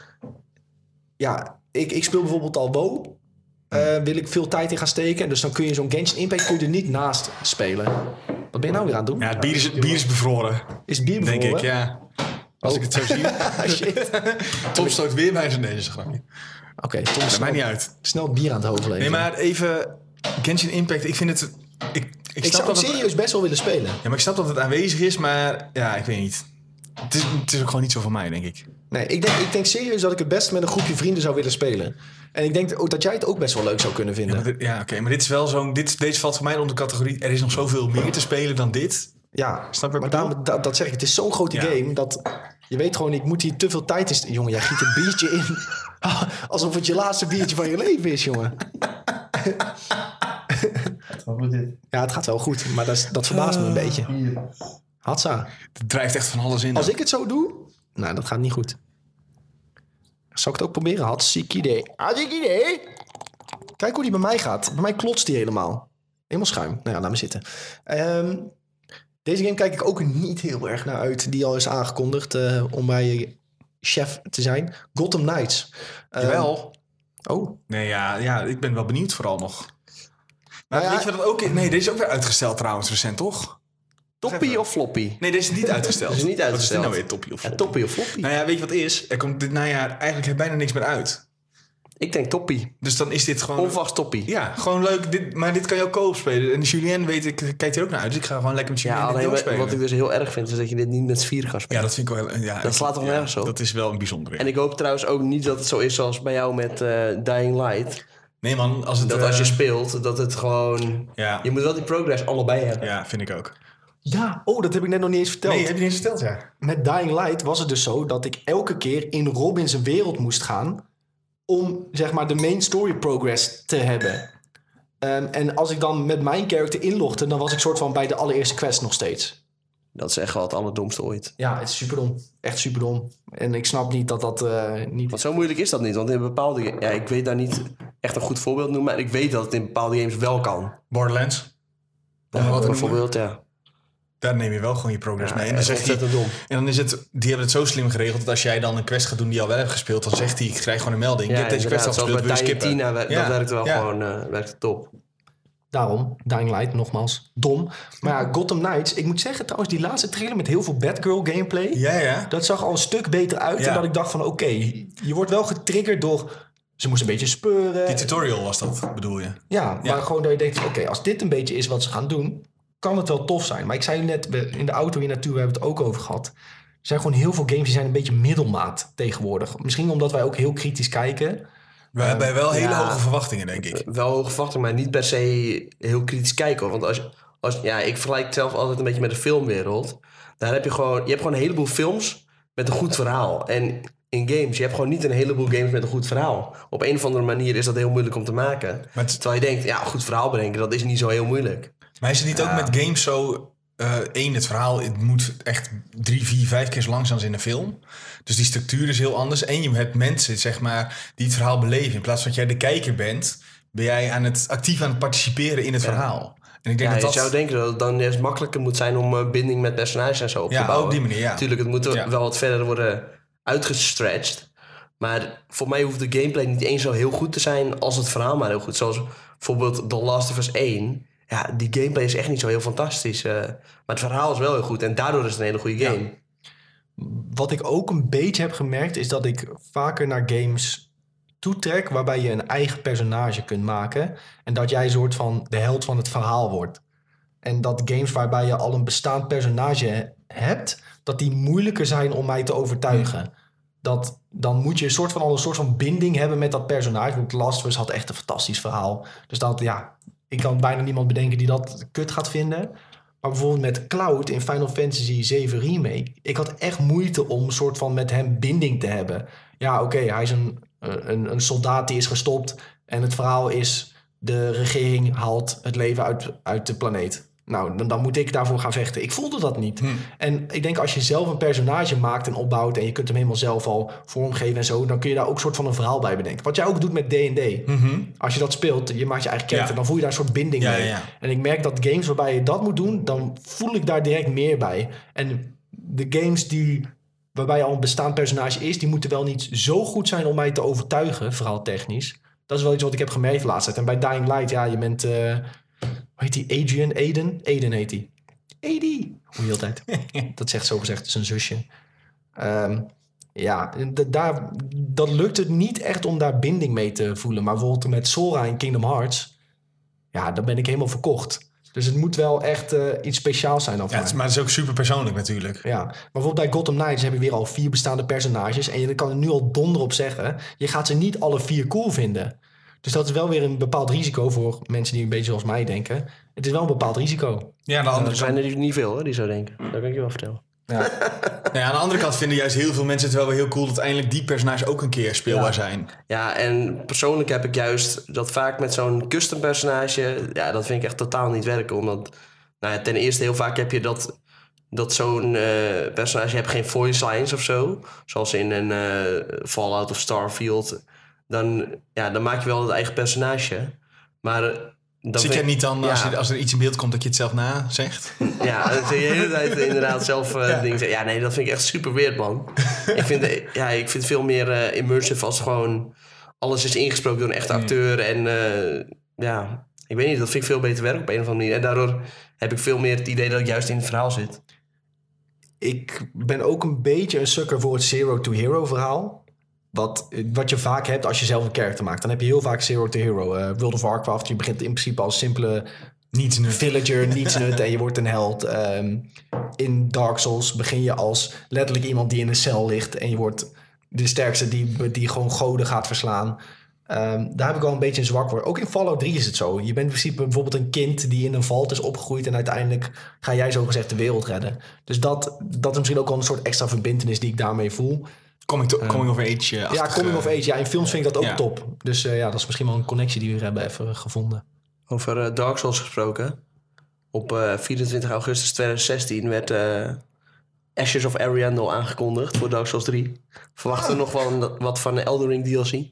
ja, ik speel bijvoorbeeld al WoW. Wil ik veel tijd in gaan steken. Dus dan kun je zo'n Genshin Impact kun je er niet naast spelen. Wat ben je nou weer aan het doen? Ja, het bier is bevroren, Is het bier denk bevroren? ik. Ja. Als ik het zo zie. Shit. Tom stoot weer bij zijn deze grapje. Oké, Tom is Dat snel, maakt niet uit. snel het bier aan het hoofd leven. Nee, maar even... Genshin Impact, ik vind het... Ik ik snap zou het dat het, serieus best wel willen spelen. ja, maar ik snap dat het aanwezig is, maar ja, ik weet niet. Het is ook gewoon niet zo voor mij, denk ik. Nee, ik denk serieus dat ik het best met een groepje vrienden zou willen spelen. En ik denk ook dat jij het ook best wel leuk zou kunnen vinden. Ja, oké, maar dit is wel zo'n... Deze valt voor mij onder de categorie... Er is nog zoveel meer te spelen dan dit. Ja, Snap je wat maar ik bedoel? daarom, dat zeg ik. Het is zo'n grote Ja. game dat je weet gewoon, ik moet hier te veel tijd in... Jongen, jij giet een biertje in alsof het je laatste biertje van je leven is, jongen. Wat moet dit? Ja, het gaat wel goed, maar dat verbaast me een beetje. Hatsa. Het drijft echt van alles in. Als ik het zo doe, nou, dat gaat niet goed. Zal ik het ook proberen? Hartstikke idee. Hartstikke idee. Kijk hoe die bij mij gaat. Bij mij klotst die helemaal. Helemaal schuim. Nou ja, laat me zitten. Deze game kijk ik ook niet heel erg naar uit. Die al is aangekondigd om bij chef te zijn. Gotham Knights. Jawel. Oh, Nee, ja, ik ben wel benieuwd vooral nog. Maar Nou ja, weet je wat het ook is? Nee, deze is ook weer uitgesteld trouwens recent, toch? Toppie of floppy? Nee, deze is niet uitgesteld. Deze is niet Wat is uitgesteld. dit nou weer, toppie of Ja, flop? toppie of floppy? Nou ja, weet je wat het is? Er komt dit najaar eigenlijk bijna niks meer uit. Ik denk toppie. Dus dan is dit gewoon... Onvast toppie. Ja, gewoon leuk. Maar dit kan je ook co-op spelen. En Julien weet ik, kijkt hier ook naar uit. Dus ik ga gewoon lekker met Julien Ja, dit alleen doorspelen. wat ik dus heel erg vind, is dat je dit niet met 4 kan spelen. Ja, dat vind ik wel... Ja, Dat slaat toch nergens op? Dat is wel een bijzondere. En ik hoop trouwens ook niet dat het zo is zoals bij jou met Dying Light. Nee man, als het... Dat als je speelt, dat het gewoon... Ja, Je moet wel die progress allebei hebben. ja, vind ik ook. ja. Oh, dat heb ik net nog niet eens verteld. Nee, heb je niet eens verteld, ja. Met Dying Light was het dus zo dat ik elke keer in Robin zijn wereld moest gaan om, zeg maar, de main story progress te hebben. En als ik dan met mijn character inlogde, dan was ik soort van bij de allereerste quest nog steeds. Dat is echt wel het allerdomste ooit. Ja, het is superdom. Echt superdom. En ik snap niet dat dat niet... Want zo moeilijk is dat niet. Want in bepaalde... Ja, ik weet daar niet echt een goed voorbeeld noemen. Maar ik weet dat het in bepaalde games wel kan. Borderlands. Om maar wat te noemen. Bijvoorbeeld, ja. Daar neem je wel gewoon je progress mee. En dan, dat is zegt hij, ontzettend dom. en dan is het... Die hebben het zo slim geregeld dat als jij dan een quest gaat doen die je al wel hebt gespeeld, dan zegt hij, ik krijg gewoon een melding. Je Ja, hebt deze quest al inderdaad. Zoals gespeeld, bij wil je Tiny skippen. Tina, dat werkt wel Ja. gewoon werkt top. Daarom, Dying Light, nogmaals, dom. Maar ja, Gotham Knights, ik moet zeggen trouwens, die laatste trailer met heel veel Batgirl gameplay, Ja. dat zag al een stuk beter uit Ja. dan dat ik dacht van oké, je wordt wel getriggerd door... Ze moest een beetje speuren. Die tutorial was dat, bedoel je? Ja, maar gewoon dat je denkt, oké, als dit een beetje is wat ze gaan doen, kan het wel tof zijn. Maar ik zei net, in de auto hier naartoe, we hebben het ook over gehad. Er zijn gewoon heel veel games die zijn een beetje middelmaat tegenwoordig. Misschien omdat wij ook heel kritisch kijken. We hebben wel hele ja. hoge verwachtingen, denk ik. Wel hoge verwachtingen, maar niet per se heel kritisch kijken. Hoor. Want ik vergelijk het zelf altijd een beetje met de filmwereld. Daar heb je hebt gewoon een heleboel films met een goed verhaal. En in games, je hebt gewoon niet een heleboel games met een goed verhaal. Op een of andere manier is dat heel moeilijk om te maken. Maar Terwijl je denkt, ja, goed verhaal bedenken, dat is niet zo heel moeilijk. Maar is het niet ook met games zo... Het verhaal het moet echt 3, 4, 5 keer zo lang zijn als in een film. Dus die structuur is heel anders. En je hebt mensen, zeg maar, die het verhaal beleven. In plaats van dat jij de kijker bent, ben jij actief aan het participeren in het verhaal. En ik denk je zou denken dat het dan juist makkelijker moet zijn om binding met personages en zo op te bouwen. Op die manier, ja. Tuurlijk, het moet wel wat verder worden uitgestretched. Maar voor mij hoeft de gameplay niet eens zo heel goed te zijn als het verhaal maar heel goed. Zoals bijvoorbeeld The Last of Us 1. Ja, die gameplay is echt niet zo heel fantastisch. Maar het verhaal is wel heel goed en daardoor is het een hele goede game. Ja. Wat ik ook een beetje heb gemerkt is dat ik vaker naar games toetrek waarbij je een eigen personage kunt maken. En dat jij een soort van de held van het verhaal wordt. En dat games waarbij je al een bestaand personage hebt, dat die moeilijker zijn om mij te overtuigen. Dan moet je een soort van binding hebben met dat personage. Want The Last of Us had echt een fantastisch verhaal. Dus ik kan bijna niemand bedenken die dat kut gaat vinden. Maar bijvoorbeeld met Cloud in Final Fantasy 7 Remake. Ik had echt moeite om een soort van met hem binding te hebben. Ja, oké, hij is een soldaat die is gestopt. En het verhaal is, de regering haalt het leven uit de planeet. Nou, dan moet ik daarvoor gaan vechten. Ik voelde dat niet. En ik denk als je zelf een personage maakt en opbouwt en je kunt hem helemaal zelf al vormgeven en zo, dan kun je daar ook een soort van een verhaal bij bedenken. Wat jij ook doet met D&D. Als je dat speelt, je maakt je eigen character, dan voel je daar een soort binding mee. Ja. En ik merk dat games waarbij je dat moet doen, dan voel ik daar direct meer bij. En de games waarbij je al een bestaand personage is, die moeten wel niet zo goed zijn om mij te overtuigen, verhaaltechnisch. Dat is wel iets wat ik heb gemerkt de laatste tijd. En bij Dying Light, je bent... hoe heet die? Adrian? Aiden heet die. Adie. Hoe je altijd. Dat zegt zo gezegd zijn zusje. Dat lukt het niet echt om daar binding mee te voelen. Maar bijvoorbeeld met Sora in Kingdom Hearts. Ja, dan ben ik helemaal verkocht. Dus het moet wel echt iets speciaals zijn. Maar het is ook super persoonlijk natuurlijk. Ja, maar bijvoorbeeld bij Gotham Knights heb je weer al 4 bestaande personages. En je kan er nu al donder op zeggen. Je gaat ze niet alle 4 cool vinden. Dus dat is wel weer een bepaald risico voor mensen die een beetje zoals mij denken. Het is wel een bepaald risico. Ja, aan de andere kant zijn er niet veel hoor, die zo denken. Dat kan ik je wel vertellen. Ja. Aan de andere kant vinden juist heel veel mensen het wel weer heel cool dat eindelijk die personages ook een keer speelbaar zijn. Ja, en persoonlijk heb ik juist dat vaak met zo'n custom personage, dat vind ik echt totaal niet werken. Omdat, ten eerste heel vaak heb je dat zo'n personage hebt geen voice lines of zo. Zoals in een Fallout of Starfield. Dan maak je wel het eigen personage. Maar dan zit jij niet dan, als er iets in beeld komt, dat je het zelf na zegt? Ja, dan zie je de hele tijd inderdaad zelf dingen zeggen. Ja, nee, dat vind ik echt super weird, man. ik vind het veel meer immersive als gewoon alles is ingesproken door een echte acteur. En ik weet niet, dat vind ik veel beter werk op een of andere manier. En daardoor heb ik veel meer het idee dat ik juist in het verhaal zit. Ik ben ook een beetje een sukker voor het Zero to Hero verhaal. Wat je vaak hebt als je zelf een character maakt. Dan heb je heel vaak Zero to Hero. World of Warcraft, je begint in principe als simpele villager, nietsnut en je wordt een held. In Dark Souls begin je als letterlijk iemand die in een cel ligt en je wordt de sterkste die gewoon goden gaat verslaan. Daar heb ik wel een beetje een zwak voor. Ook in Fallout 3 is het zo. Je bent in principe bijvoorbeeld een kind die in een vault is opgegroeid en uiteindelijk ga jij zogezegd de wereld redden. Dus dat is misschien ook wel een soort extra verbintenis die ik daarmee voel. Coming of age. Ja, coming of age. Ja, in films vind ik dat ook top. Dus dat is misschien wel een connectie die we hebben even gevonden. Over Dark Souls gesproken. Op 24 augustus 2016 werd Ashes of Ariandel aangekondigd voor Dark Souls 3. Verwachten we nog wel wat van de Elden Ring DLC?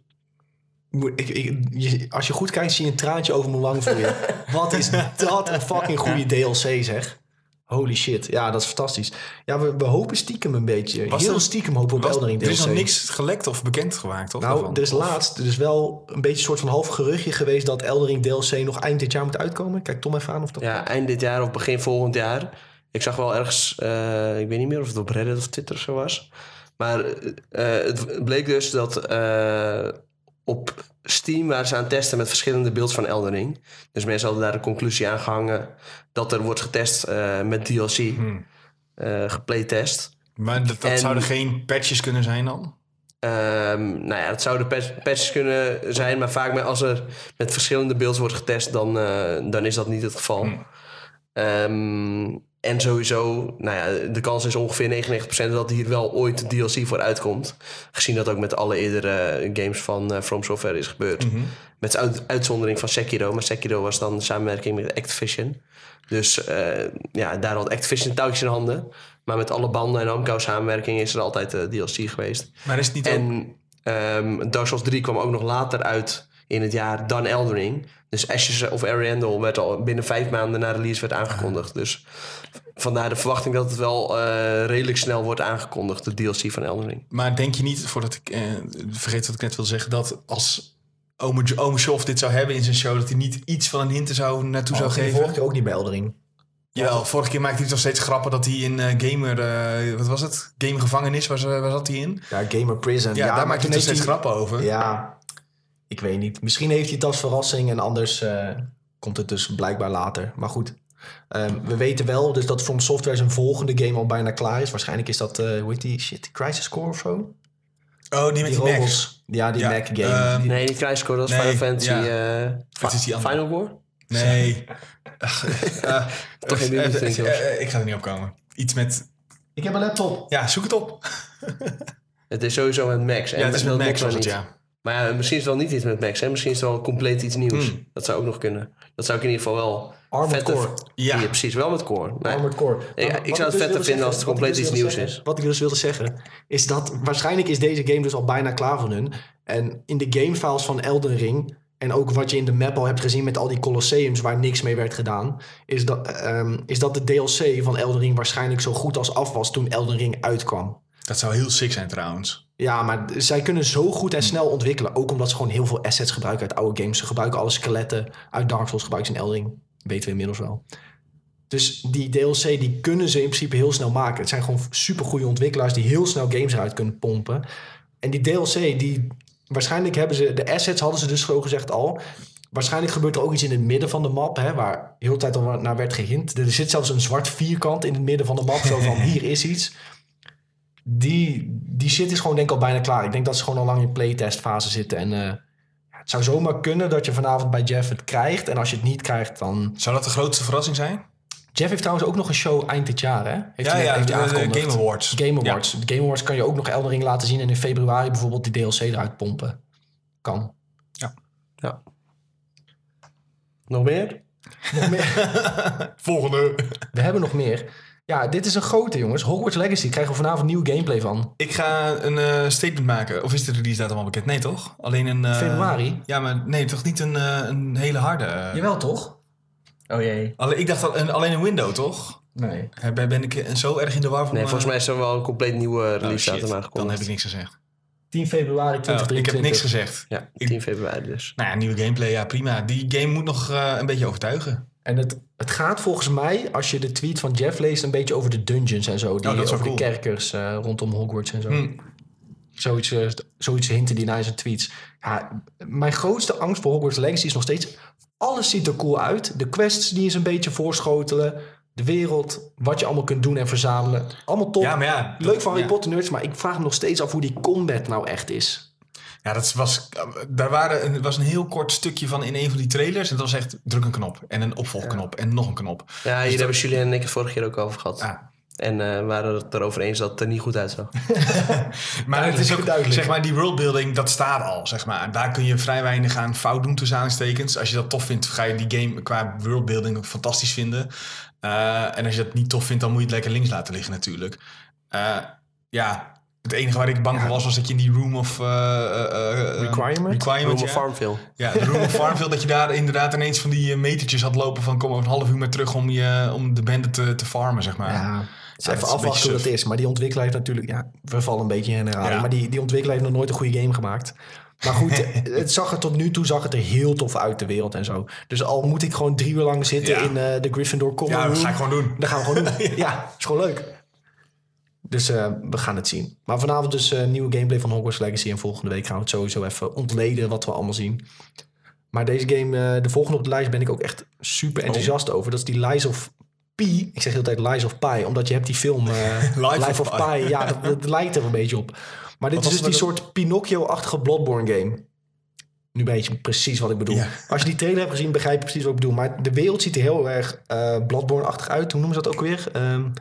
Als je goed kijkt, zie je een traantje over mijn wang voor je. Wat is dat een fucking goede DLC, zeg. Holy shit. Ja, dat is fantastisch. Ja, we hopen stiekem een beetje. Heel stiekem hopen we op Elden Ring DLC. Er is nog niks gelekt of bekend gemaakt, toch? Nou, er is wel een beetje een soort van half geruchtje geweest dat Elden Ring DLC nog eind dit jaar moet uitkomen. Kijk Tom even aan of dat... Ja, eind dit jaar of begin volgend jaar. Ik zag wel ergens, ik weet niet meer of het op Reddit of Twitter of zo was. Maar het bleek dus dat op Steam waren ze aan het testen met verschillende builds van Elden Ring. Dus mensen hadden daar de conclusie aan gehangen dat er wordt getest met DLC. Geplaytest. Maar dat zouden geen patches kunnen zijn dan? Het zouden patches kunnen zijn, maar vaak als er met verschillende builds wordt getest, dan is dat niet het geval. En sowieso, de kans is ongeveer 99% dat hier wel ooit de DLC voor uitkomt. Gezien dat ook met alle eerdere games van From Software is gebeurd. Mhm. Met uitzondering van Sekiro. Maar Sekiro was dan de samenwerking met Activision. Dus daar had Activision touwtjes in handen. Maar met alle banden en Namco samenwerking is er altijd DLC geweest. Maar is het niet ook... En Dark Souls 3 kwam ook nog later uit in het jaar dan Elden Ring. Dus Ashes of Ariandel werd al binnen 5 maanden na release werd aangekondigd. Dus vandaar de verwachting dat het wel redelijk snel wordt aangekondigd, de DLC van Elden Ring. Maar denk je niet, voordat ik vergeet wat ik net wilde zeggen, dat als Ome Schoff dit zou hebben in zijn show, dat hij niet iets van een hint naartoe zou geven? Vorige keer ook niet bij Elden Ring. Jawel, vorige keer maakte hij nog steeds grappen dat hij in wat was het? Gamegevangenis, waar zat hij in? Ja, Gamer Prison. Ja, daar maakt hij nog steeds grappen over. Ja, ik weet niet. Misschien heeft hij het als verrassing en anders komt het dus blijkbaar later. Maar goed, we weten wel dus dat From Software zijn volgende game al bijna klaar is. Waarschijnlijk is dat, hoe heet die? Crisis Core of zo? Oh, die met die Macs. Ja, die Mac game. Nee, niet Crisis Core, dat is Final Fantasy. Wat is die andere? Final War? Nee. Toch geen minuut, denk ik. Ik ga er niet op komen. Iets met... Ik heb een laptop. Ja, zoek het op. Het is sowieso met Max. Ja, het is met Max was het, ja. Maar misschien is het wel niet iets met Max. Hè? Misschien is het wel compleet iets nieuws. Dat zou ook nog kunnen. Dat zou ik in ieder geval wel... Armored Core. Ja, precies. Wel met Core. Nee. Armored Core. Ik zou het vetter vinden als het compleet iets nieuws is. Wat ik dus wilde zeggen, is dat waarschijnlijk is deze game dus al bijna klaar van hun. En in de gamefiles van Elden Ring, en ook wat je in de map al hebt gezien met al die Colosseums waar niks mee werd gedaan, is dat de DLC van Elden Ring waarschijnlijk zo goed als af was toen Elden Ring uitkwam. dat zou heel sick zijn trouwens. Ja, maar zij kunnen zo goed en snel ontwikkelen. Ook omdat ze gewoon heel veel assets gebruiken uit oude games. Ze gebruiken alle skeletten uit Dark Souls, gebruiken ze in Elden Ring. Weten we inmiddels wel. Dus die DLC, die kunnen ze in principe heel snel maken. Het zijn gewoon supergoeie ontwikkelaars die heel snel games eruit kunnen pompen. En die DLC, waarschijnlijk hebben ze... De assets hadden ze dus zo gezegd al. Waarschijnlijk gebeurt er ook iets in het midden van de map, hè, waar heel de tijd al naar werd gehint. Er zit zelfs een zwart vierkant in het midden van de map. Zo van, hier is iets. Die shit is gewoon denk ik al bijna klaar. Ik denk dat ze gewoon al lang in playtestfase zitten. En het zou zomaar kunnen dat je vanavond bij Jeff het krijgt. En als je het niet krijgt, dan... Zou dat de grootste verrassing zijn? Jeff heeft trouwens ook nog een show eind dit jaar, hè? Heeft de Game Awards. Game Awards. Ja. De Game Awards kan je ook nog Elden Ring laten zien... en in februari bijvoorbeeld die DLC eruit pompen. Kan. Ja. Nog meer? Nog meer? Volgende. We hebben nog meer. Ja, dit is een grote, jongens. Hogwarts Legacy krijgen we vanavond nieuw gameplay van. Ik ga een statement maken. Of is de release datum al bekend? Nee, toch? Alleen een... Februari? Ja, maar nee, toch niet een hele harde... Jawel, toch? Oh jee. Ik dacht alleen een window, toch? Nee. Ben ik zo erg in de war van... Nee, volgens mij is er wel een compleet nieuwe release datum aangekondigd. Dan heb ik niks gezegd. 10 februari 2023. Ik heb niks gezegd. Ja, 10 februari dus. Nou ja, nieuwe gameplay, ja prima. Die game moet nog een beetje overtuigen. En het gaat volgens mij, als je de tweet van Jeff leest... een beetje over de dungeons en zo. Die, dat is over cool. de kerkers rondom Hogwarts en zo. Zoiets hinten die naar zijn tweets. Ja, mijn grootste angst voor Hogwarts Legacy is nog steeds... alles ziet er cool uit. De quests die eens een beetje voorschotelen. De wereld, wat je allemaal kunt doen en verzamelen. Allemaal top. Ja, maar ja, leuk van Harry Potter nerds, maar ik vraag me nog steeds af hoe die combat nou echt is. Ja, er was een heel kort stukje van in een van die trailers. En dat was echt druk een knop. En een opvolgknop. En nog een knop. Ja, hier hebben Julien en ik het vorige keer ook over gehad. Ah. En waren het erover eens dat het er niet goed uitzag. Maar het is ook duidelijk. Zeg maar, die worldbuilding, dat staat al. Zeg maar. Daar kun je vrij weinig aan fout doen tussen aanstekens. Als je dat tof vindt, ga je die game qua worldbuilding ook fantastisch vinden. En als je dat niet tof vindt, dan moet je het lekker links laten liggen natuurlijk. Het enige waar ik bang voor was dat je in die Room of... Requirement Room of Farmville. Ja, de Room of Farmville, dat je daar inderdaad ineens van die metertjes had lopen van kom over een half uur maar terug om de bende te farmen, zeg maar. Ja, even afwachten hoe dat is. Maar die ontwikkelaar heeft natuurlijk... Ja, we vallen een beetje in herhaling. Ja. Maar die ontwikkelaar heeft nog nooit een goede game gemaakt. Maar goed, tot nu toe zag het er heel tof uit, de wereld en zo. Dus al moet ik gewoon 3 uur lang zitten in de Gryffindor Common Room. Ja, dat ga ik gewoon doen. Dat gaan we gewoon doen. Ja, is gewoon leuk. Dus we gaan het zien. Maar vanavond dus nieuwe gameplay van Hogwarts Legacy. En volgende week gaan we het sowieso even ontleden wat we allemaal zien. Maar deze game, de volgende op de lijst ben ik ook echt super enthousiast over. Dat is die Lies of P. Ik zeg heel de tijd Lies of Pi, omdat je hebt die film Life of Pi. Ja, dat lijkt er een beetje op. Maar dit is dus die soort Pinocchio-achtige Bloodborne game. Nu weet je precies wat ik bedoel. Ja. Als je die trailer hebt gezien, begrijp je precies wat ik bedoel. Maar de wereld ziet er heel erg Bloodborne-achtig uit. Hoe noemen ze dat ook weer?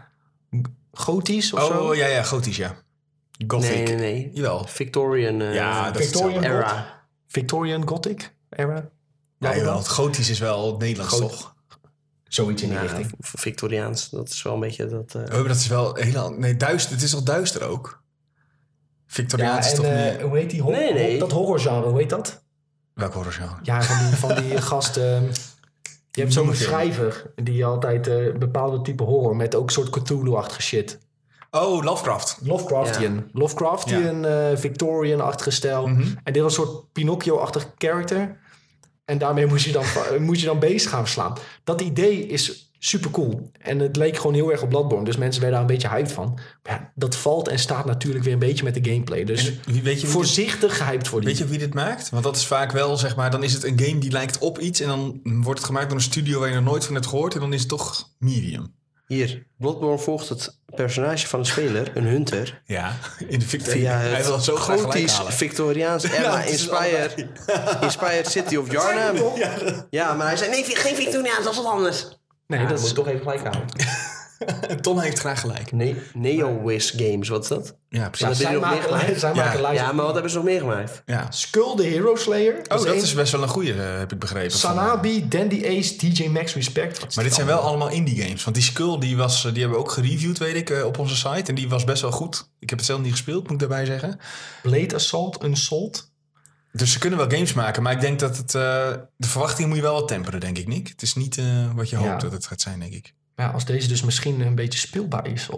Gotisch of zo? Oh, ja, gotisch, ja. Gothic. Nee. Jawel. Victorian Ja, dat is Victorian era. Victorian Gothic era? Ja, jawel. Het gotisch is wel het Nederlands, toch? Zoiets in die Ja, richting. Victoriaans, dat is wel een beetje dat... Oh, maar dat is wel heel... Nee, duister. Het is toch duister ook? Victoriaans is toch niet... hoe heet die Nee. dat horrorgenre, hoe heet dat? Welk horrorgenre? Ja, van die gasten. Je hebt zo'n schrijver die altijd bepaalde type horror met ook een soort Cthulhu-achtige shit. Oh, Lovecraft. Lovecraftian. Ja. Lovecraftian, Victorian-achtige stijl. En dit was een soort Pinocchio-achtig character. En daarmee moest je dan beest gaan verslaan. Dat idee is super cool. En het leek gewoon heel erg op Bloodborne. Dus mensen werden daar een beetje hyped van. Maar ja, dat valt en staat natuurlijk weer een beetje met de gameplay. Dus Weet je voorzichtig gehyped voor die. Weet je wie dit maakt? Want dat is vaak wel, zeg maar, dan is het een game die lijkt op iets. En dan wordt het gemaakt door een studio waar je nog nooit van hebt gehoord. En dan is het toch medium. Hier, Bloodborne volgt het personage van de speler, een hunter... Ja, in de via Hij wil het zo graag gelijk gotisch halen. Victoriaans era het is inspired City of Yarnam. Ja, maar hij zei, nee, geen Victoriaans, dat is wat anders. Nee, Ja, dat moet is toch even gelijk houden. Tom heeft graag gelijk. Neo-Wiz Games, wat is dat? Ja, precies. Ja, Zij nog meer gemaakt? maken Lies Ja, of maar wat hebben ze nog meer gemaakt? Ja. Skull the Hero Slayer. Oh, dat is best wel een goeie, heb ik begrepen. Sanabi, Dandy Ace, DJ Max Respect. Maar dit zijn wel allemaal indie games. Want die Skull, die hebben we ook gereviewd, weet ik, op onze site. En die was best wel goed. Ik heb het zelf niet gespeeld, moet ik daarbij zeggen. Blade Assault, Unsold. Dus ze kunnen wel games maken. Maar ik denk dat het... de verwachting moet je wel wat temperen, denk ik, Nick. Het is niet wat je hoopt dat het gaat zijn, denk ik. Ja, als deze dus misschien een beetje speelbaar is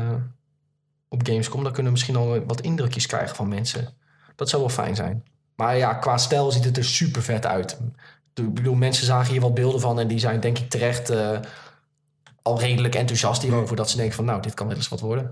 op Gamescom... dan kunnen we misschien al wat indrukjes krijgen van mensen. Dat zou wel fijn zijn. Maar ja, qua stijl ziet het er super vet uit. Ik bedoel, mensen zagen hier wat beelden van... en die zijn denk ik terecht al redelijk enthousiast hierover... dat ze denken van, nou, dit kan wel eens wat worden.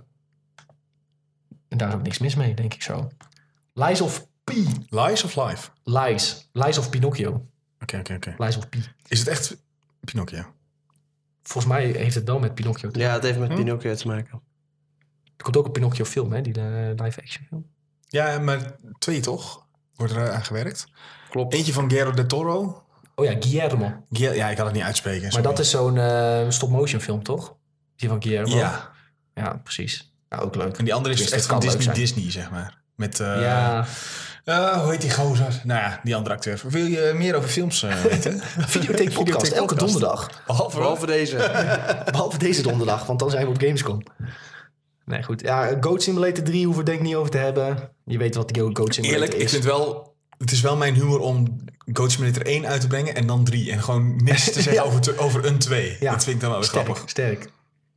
En daar is ook niks mis mee, denk ik zo. Lies of P. Lies of Life? Lies of Pinocchio. Oké. Lies of P. Is het echt Pinocchio? Volgens mij heeft het wel met Pinocchio te maken. Ja, het heeft met Pinocchio te maken. Er komt ook een Pinocchio film, hè? Die live-action film. Ja, maar 2 toch? Wordt er aan gewerkt. Klopt. Eentje van Guillermo del Toro. Oh ja, Guillermo. Ja, ik kan het niet uitspreken. Maar sorry. dat is zo'n stop-motion film, toch? Die van Guillermo. Ja. Ja, precies. Ja, ook leuk. En die andere is Dus echt dat van kan leuk zijn. Disney, zeg maar. Met, Ja, hoe heet die gozer? Nou ja, die andere acteur. Wil je meer over films weten? Videotheek podcast. Elke donderdag. Behalve deze. Behalve deze donderdag, want dan zijn we op Gamescom. Nee, goed. Ja, Goat Simulator 3 hoeven we denk ik niet over te hebben. Je weet wat die Goat Simulator Eerlijk, is. ik vind wel... Het is wel mijn humor om Goat Simulator 1 uit te brengen en dan 3. En gewoon niks te zeggen over een 2. Ja. Dat vind ik dan wel weer grappig. Sterk.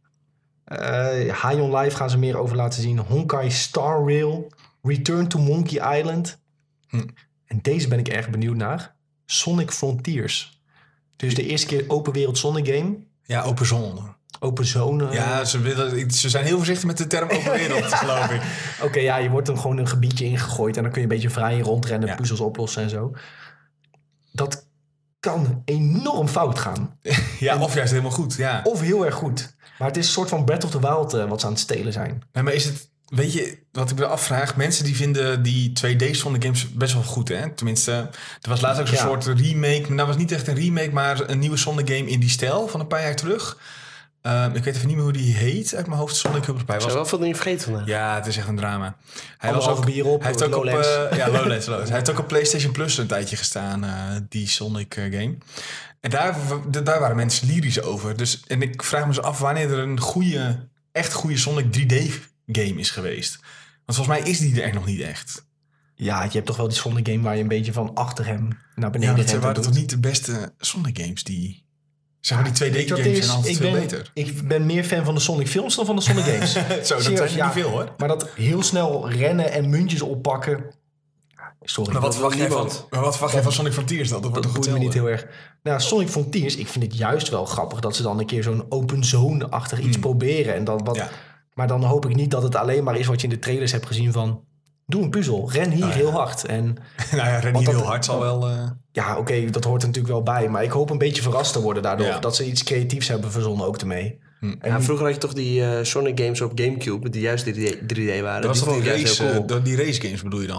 High on Life gaan ze meer over laten zien. Honkai Star Rail. Return to Monkey Island. En deze ben ik erg benieuwd naar. Sonic Frontiers. Dus de eerste keer open wereld Sonic game. Ja, open zone. Open zone. Ja, ze zijn heel voorzichtig met de term open wereld, geloof ik. Oké, ja, je wordt dan gewoon een gebiedje ingegooid. En dan kun je een beetje vrij rondrennen. Ja. Puzzels oplossen en zo. Dat kan enorm fout gaan. Ja, of juist helemaal goed, ja. Of heel erg goed. Maar het is een soort van Breath of the Wild wat ze aan het stelen zijn. Nee, maar is het... Weet je, wat ik me afvraag... Mensen die vinden die 2D Sonic games best wel goed, hè? Tenminste, er was laatst ook zo'n soort remake. Maar dat was niet echt een remake, maar een nieuwe Sonic game in die stijl van een paar jaar terug. Ik weet even niet meer hoe die heet uit mijn hoofd. Sonic Hub erbij Ik zou wel veel dingen vergeten vandaag. Ja, het is echt een drama. Hij Anderhalve bier op, Hij heeft ook Lowlands. Lowlands. Hij heeft ook op PlayStation Plus een tijdje gestaan, die Sonic game. En daar waren mensen lyrisch over. Dus, en ik vraag me zo af wanneer er een echt goede Sonic 3D game is geweest. Want volgens mij is die er echt nog niet echt. Ja, je hebt toch wel die Sonic game waar je een beetje van achter hem naar Ja, beneden maar dat rent en waren doet. toch niet de beste Sonic games die... Zeg maar, die 2D Weet je wat games het is? zijn altijd veel beter. Ik ben meer fan van de Sonic films dan van de Sonic games. Zo, dat Serieus, zijn er ja. niet veel, hoor. Maar dat heel snel rennen en muntjes oppakken. Sorry, Maar wat dat verwacht jij van Sonic Frontiers dan? Dat wordt toch boeit me niet hetzelfde? heel erg. Nou, Sonic Frontiers, ik vind het juist wel grappig dat ze dan een keer zo'n open zone-achtig iets proberen. En dan wat, Ja. Maar dan hoop ik niet dat het alleen maar is wat je in de trailers hebt gezien van... Doe een puzzel, ren hier heel hard. En Nou ja, ren Want hier dat- heel hard zal wel... ja, oké, dat hoort er natuurlijk wel bij. Maar ik hoop een beetje verrast te worden daardoor. Ja. Dat ze iets creatiefs hebben verzonnen ook ermee. Ja, vroeger had je toch die Sonic games op Gamecube, die juist 3D waren. Dat was die toch vond ik juist heel cool. die race games bedoel je dan?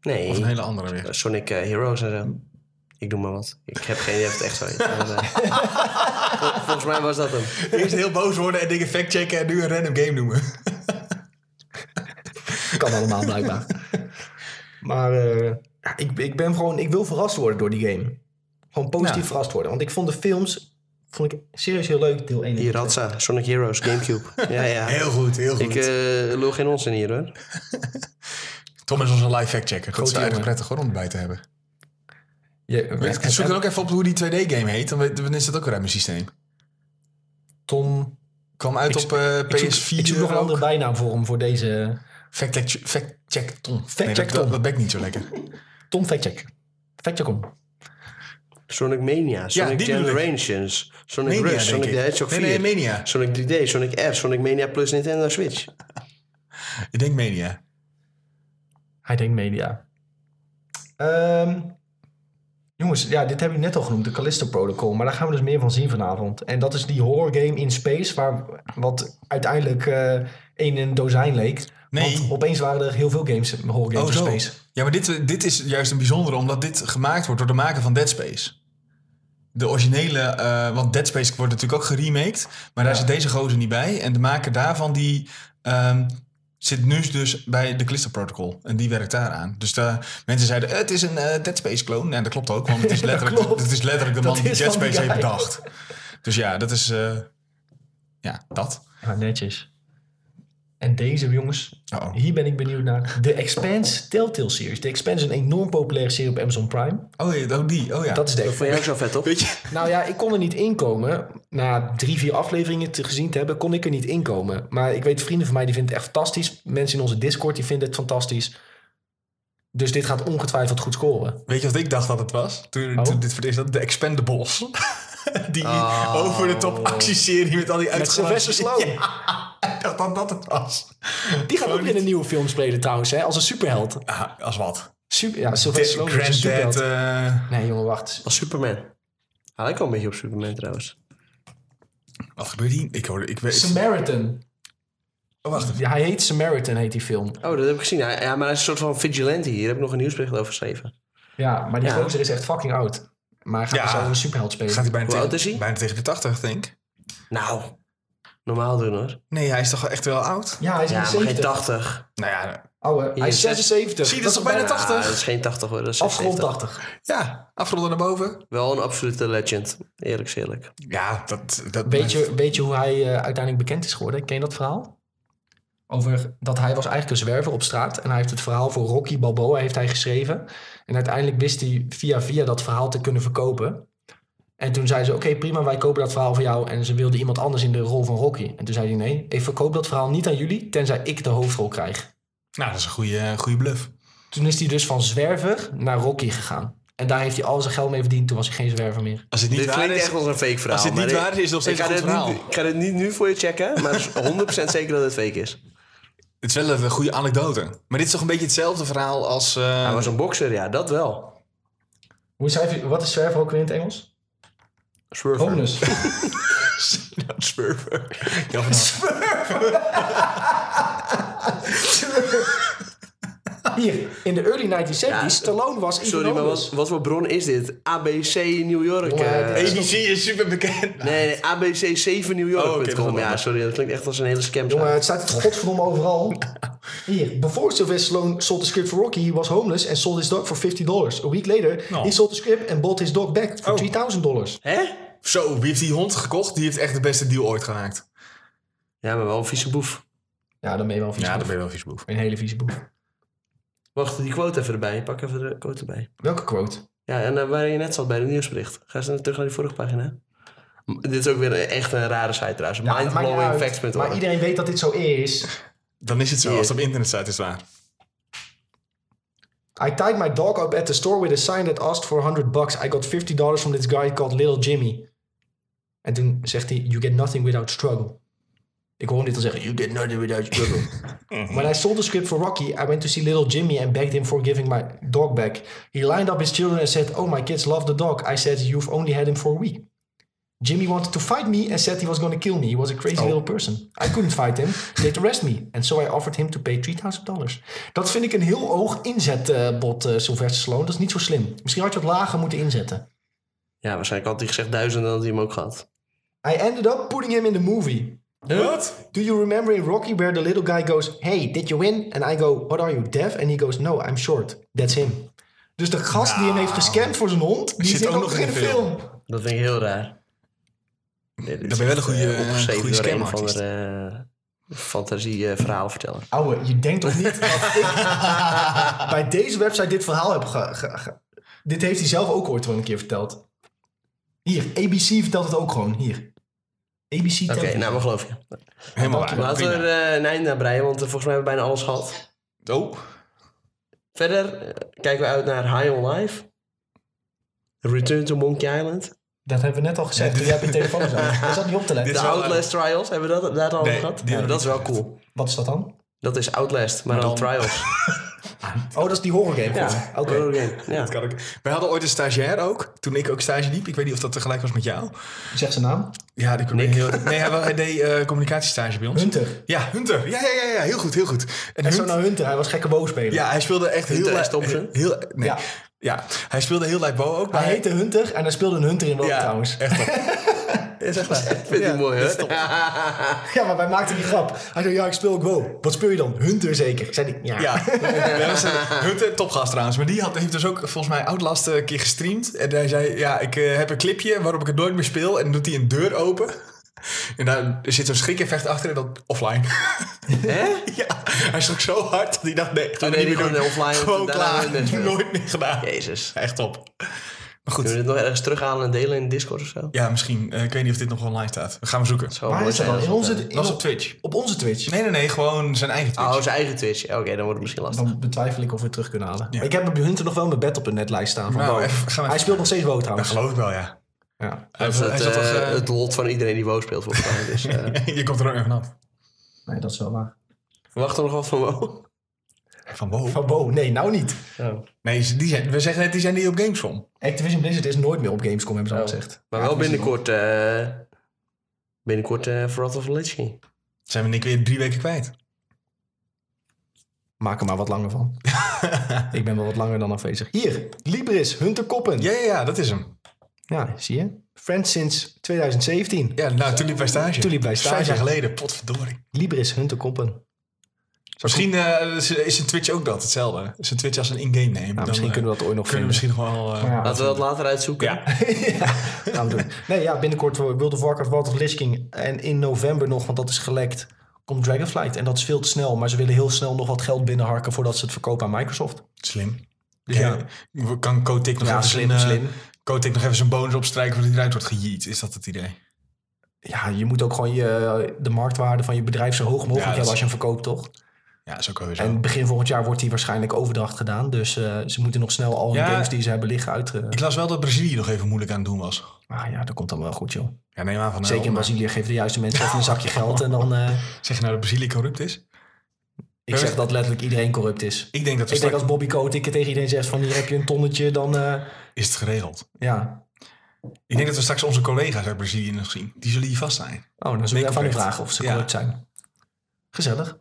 Nee. Of een hele andere weer? Sonic Heroes en zo. Ik doe maar wat. Ik heb geen idee of het echt zo is. Maar, volgens mij was dat hem. Eerst heel boos worden en dingen factchecken en nu een random game noemen. Kan allemaal blijkbaar. Maar ik wil verrast worden door die game. Gewoon positief verrast worden. Want ik vond de films serieus heel leuk. Deel 1 en Hier, Radza. Sonic Heroes, Gamecube. Ja. Heel goed. Ik lul geen onzin hier, hoor. Tom is onze live factchecker. Dat is Grote eigenlijk jongen. prettig hoor, om erbij te hebben. Ja, Zoek dan ook even op hoe die 2D-game heet. Dan is dat ook weer uit mijn systeem. Tom... Kwam uit op PS4. Ik zoek nog een andere bijnaam voor hem, voor deze... Fact-check Tom. Fact-check Tom. Dat ben ik niet zo lekker. Tom Factcheck. Factcheck hem. Sonic Mania, Sonic die bedoel ik. Generations, Sonic Mania, Rush, Sonic denk the ik. Hedgehog 4, Nee, Mania. Sonic 3D, Sonic R, Sonic Mania plus Nintendo Switch. Ik denk Mania. Hij denkt media. Jongens, dit heb ik net al genoemd, de Callisto Protocol. Maar daar gaan we dus meer van zien vanavond. En dat is die horror game in space, wat uiteindelijk 1 in een dozijn leek. Nee. Want opeens waren er heel veel horror games in space. Ja, maar dit is juist een bijzondere, omdat dit gemaakt wordt door de maker van Dead Space. De originele, want Dead Space wordt natuurlijk ook geremaked, maar daar zit deze gozer niet bij. En de maker daarvan, die zit nu dus bij de Callisto Protocol. En die werkt daaraan. Dus mensen zeiden, het is een Dead Space clone. En dat klopt ook, want het is letterlijk de man die Dead Space heeft bedacht. Dus ja, dat is... dat. Ja, netjes. En deze, jongens, Uh-oh. hier ben ik benieuwd naar. De Expanse Telltale Series. De Expanse is een enorm populaire serie op Amazon Prime. Oh ja, die. Oh ja. Dat is de Dat vond jij ook zo vet, toch? Weet je? Nou ja, ik kon er niet inkomen. Na 3-4 afleveringen gezien te hebben, kon ik er niet inkomen. Maar ik weet, vrienden van mij die vinden het echt fantastisch. Mensen in onze Discord die vinden het fantastisch. Dus dit gaat ongetwijfeld goed scoren. Weet je wat ik dacht dat het was? Toen dit voor het eerst dat de Expendables. Die over de top actieserie met al die Met Sylvester Stallone. Ja, ik dacht dat het was. Die gaat ook in een nieuwe film spelen trouwens, hè, als een superheld. Als wat? Sylvester Stallone is een superheld. Granddad. Nee, jongen, wacht. Als Superman. Hij lijkt wel een beetje op Superman trouwens. Wat gebeurt hier? Ik weet. Samaritan. Oh, wacht even. Ja, hij heet Samaritan, heet die film. Oh, dat heb ik gezien. Ja, maar hij is een soort van vigilante. Hier heb ik nog een nieuwsbericht over geschreven. Ja, maar die gozer is echt fucking oud. Maar hij gaat dus al een superheld spelen. Gaat hij bijna Hoe oud is hij? Bijna tegen de 80, denk ik. Nou, normaal doen hoor. Nee, hij is toch echt wel oud? Ja, hij is in Ja, de maar geen 70. 80. Nou ja, Ouwe, hij is 76. Zie je, dat is toch bijna 80? Ja, dat is geen 80 hoor, dat is Afgerond 70. 80. ja, afronden naar boven. Wel een absolute legend. Eerlijk is eerlijk. Ja, dat Weet je hoe hij uiteindelijk bekend is geworden? Ken je dat verhaal? Over dat hij was eigenlijk een zwerver op straat. En hij heeft het verhaal voor Rocky Balboa heeft hij geschreven. En uiteindelijk wist hij via dat verhaal te kunnen verkopen. En toen zei ze, oké, prima, wij kopen dat verhaal voor jou. En ze wilde iemand anders in de rol van Rocky. En toen zei hij, nee, ik verkoop dat verhaal niet aan jullie, tenzij ik de hoofdrol krijg. Nou, dat is een goede bluff. Toen is hij dus van zwerver naar Rocky gegaan. En daar heeft hij al zijn geld mee verdiend. Toen was hij geen zwerver meer. Als het niet Dit waar klinkt is, echt als een fake verhaal. als het niet maar waar is, is het nog steeds ik een ga goed dit verhaal. niet- Ik ga dit niet nu voor je checken, maar het is 100% zeker dat het fake is. het is wel een goede anekdote. Maar dit is toch een beetje hetzelfde verhaal als... Hij was een bokser, ja, dat wel. Wat is zwerver ook weer in het Engels? Swerver. Homeless. Smurfer. Ja, van Hier, in de early 1970s, Ja, Stallone was Sorry, maar homeless. wat voor bron is dit? ABC New York. Jongen, dit is ABC is super bekend. Nee, ABC7NewYork.com. Oh, oké, dat is wel ja, anders. sorry, dat klinkt echt als een hele scam. Jongen, het staat het godverdomme overal. Hier, before Sylvester Stallone sold the script for Rocky, he was homeless and sold his dog for $50. A week later, he sold the script and bought his dog back for $3,000. Hè? Zo, wie heeft die hond gekocht? Die heeft echt de beste deal ooit gemaakt. Ja, maar wel een vieze boef. Ja, dan ben je wel een vieze boef. ben je wel vies boef. Een hele vieze boef. Wacht, die quote even erbij. Pak even de quote erbij. Welke quote? Ja, en waar je net zat bij de nieuwsbericht. Ga eens terug naar die vorige pagina. Dit is ook weer echt een rare site trouwens. Ja, dat maakt niet uit, Mindblowingfacts.org. maar iedereen weet dat dit zo is. Dan is het zo, Hier. als het op internet staat, is het waar. I tied my dog up at the store with a sign that asked for $100. I got $50 from this guy called Little Jimmy. En toen zegt hij, you get nothing without struggle. Ik hoor hem dit al zeggen, you get nothing without struggle. When I sold the script for Rocky, I went to see Little Jimmy and begged him for giving my dog back. He lined up his children and said, oh, my kids love the dog. I said, you've only had him for a week. Jimmy wanted to fight me and said he was going to kill me. He was a crazy little person. I couldn't fight him. They'd arrest me. And so I offered him to pay $3,000. Dat vind ik een heel hoog inzetbod, Sylvester Stallone. Dat is niet zo slim. Misschien had je wat lager moeten inzetten. Ja, waarschijnlijk had hij gezegd 1000 en had hij hem ook gehad. I ended up putting him in the movie. What? Do you remember in Rocky where the little guy goes... Hey, did you win? And I go, what are you, deaf? And he goes, no, I'm short. That's him. Dus de gast die hem heeft gescand voor zijn hond... die zit ook nog in de film. Dat vind ik heel raar. Dat ben je wel een goede scam-artiest. Van de fantasieverhalen vertellen. Ouwe, je denkt toch niet dat ik bij deze website dit verhaal heb Dit heeft hij zelf ook ooit wel een keer verteld. Hier, ABC vertelt het ook gewoon. Hier. ABC Oké, nou, we geloof je. Helemaal waar. Laten we er een einde aan breien, want volgens mij hebben we bijna alles gehad. Oh. Verder kijken we uit naar High on Life. Return to Monkey Island. Dat hebben we net al gezegd. Toen jij op je telefoon zat. Dat zat niet op te letten. De Outlast Trials, hebben we dat daar al over gehad? Ja, dat is wel cool. Wat is dat dan? Dat is Outlast, maar dan Trials. Oh, dat is die horror game. Ja, Oké. horror game. Ja. Dat kan ik. Wij hadden ooit een stagiair ook. Toen ik ook stage liep. Ik weet niet of dat tegelijk was met jou. Zeg zijn naam. Ja, hij deed communicatiestage bij ons. Hunter. Ja, Hunter. Ja. Heel goed. En Hij is zo naar Hunter. Hij was gekke boospeler. Ja, hij speelde echt Hunter S. Thompson? Nee. Ja, hij speelde heel lijp Bo ook. Hij heette Hunter en hij speelde een Hunter in Woon trouwens. Echt top. Is echt waar. Ik vind die mooi, hè? Ja, maar wij maakten die grap. Hij zei, ja, ik speel ook WoW. Wat speel je dan? Hunter zeker. Ik zei, ja. Ja, dat was Hunter, topgast trouwens. Maar die heeft dus ook volgens mij Outlast een keer gestreamd. En hij zei, ja, ik heb een clipje waarop ik het nooit meer speel. En dan doet hij een deur open. En daar zit zo'n schrik-effect achter en dat offline. Hè? Ja, hij schrok zo hard dat hij dacht, nee, ga niet meer doen. Offline. Gewoon klaar, nooit meer gedaan. Jezus. Echt top. Maar goed. Kunnen we dit nog ergens terughalen en delen in Discord of zo? Ja, misschien. Ik weet niet of dit nog online staat. Dat gaan we zoeken. Waar is dat dan? Dat was op Twitch. Op onze Twitch? Nee, gewoon zijn eigen Twitch. Oh, zijn eigen Twitch. Oké, dan wordt het misschien lastig. Dan betwijfel ik of we het terug kunnen halen. Ja. Maar ik heb op Hunter nog wel mijn Battle.net lijst staan. Van Nou, WoW. Hij speelt nog steeds WoW Dat trouwens. geloof ik wel, ja. Ja. Dat is het lot van iedereen die WoW speelt, volgens mij. Dus, Je komt er ook even vanaf. Nee, dat is wel waar. Verwacht er nog wat van WoW? Van WoW? Van WoW? Nee, nou niet. Oh. Nee, we zeggen net, die zijn niet op Gamescom. Activision Blizzard is nooit meer op Gamescom, hebben ze al gezegd. Maar wel binnenkort... Binnenkort Wrath of the Lich King. Zijn we Nick weer 3 weken kwijt. Maak er maar wat langer van. Ik ben wel wat langer dan afwezig. Hier, Libris, Hunter Koppen. Ja, dat is hem. Ja, zie je. Friends sinds 2017. Ja, nou, toen liep bij stage. Toen liep bij stage. 5 jaar geleden, potverdorie. Libris, Hunter Koppen. Misschien is een Twitch ook dat, hetzelfde. Is een Twitch als een in-game name. Nou, misschien kunnen we dat ooit nog kunnen we vinden. misschien nog wel... Ja. Laten we dat later uitzoeken. Ja. Ja, gaan we doen. Nee, ja, binnenkort World of Warcraft, Wrath of Lich King. En in november nog, want dat is gelekt, komt Dragonflight. En dat is veel te snel. Maar ze willen heel snel nog wat geld binnenharken voordat ze het verkopen aan Microsoft. Slim. Dus ja. Kan Kotick nog, slim. Kotick nog even zijn bonus opstrijken voordat hij eruit wordt gejeet? Is dat het idee? Ja, je moet ook gewoon de marktwaarde van je bedrijf zo hoog mogelijk hebben als je hem verkoopt, toch? Ja, dat is ook wel zo. En begin volgend jaar wordt die waarschijnlijk overdracht gedaan. Dus ze moeten nog snel al hun games die ze hebben liggen uit... Ik las wel dat Brazilië nog even moeilijk aan het doen was. Ah ja, dat komt dan wel goed, joh. Ja, neem aan van... Zeker in Brazilië geven de juiste mensen even een zakje geld en dan... Zeg je nou dat Brazilië corrupt is? Ik zeg dat letterlijk iedereen corrupt is. Ik denk dat als Bobby Kotick tegen iedereen zegt van hier heb je een tonnetje, dan... is het geregeld. Ja. Ik denk dat we straks onze collega's uit Brazilië nog zien. Die zullen hier vast zijn. Oh, dan zullen we even aan vragen of ze corrupt zijn. Gezellig.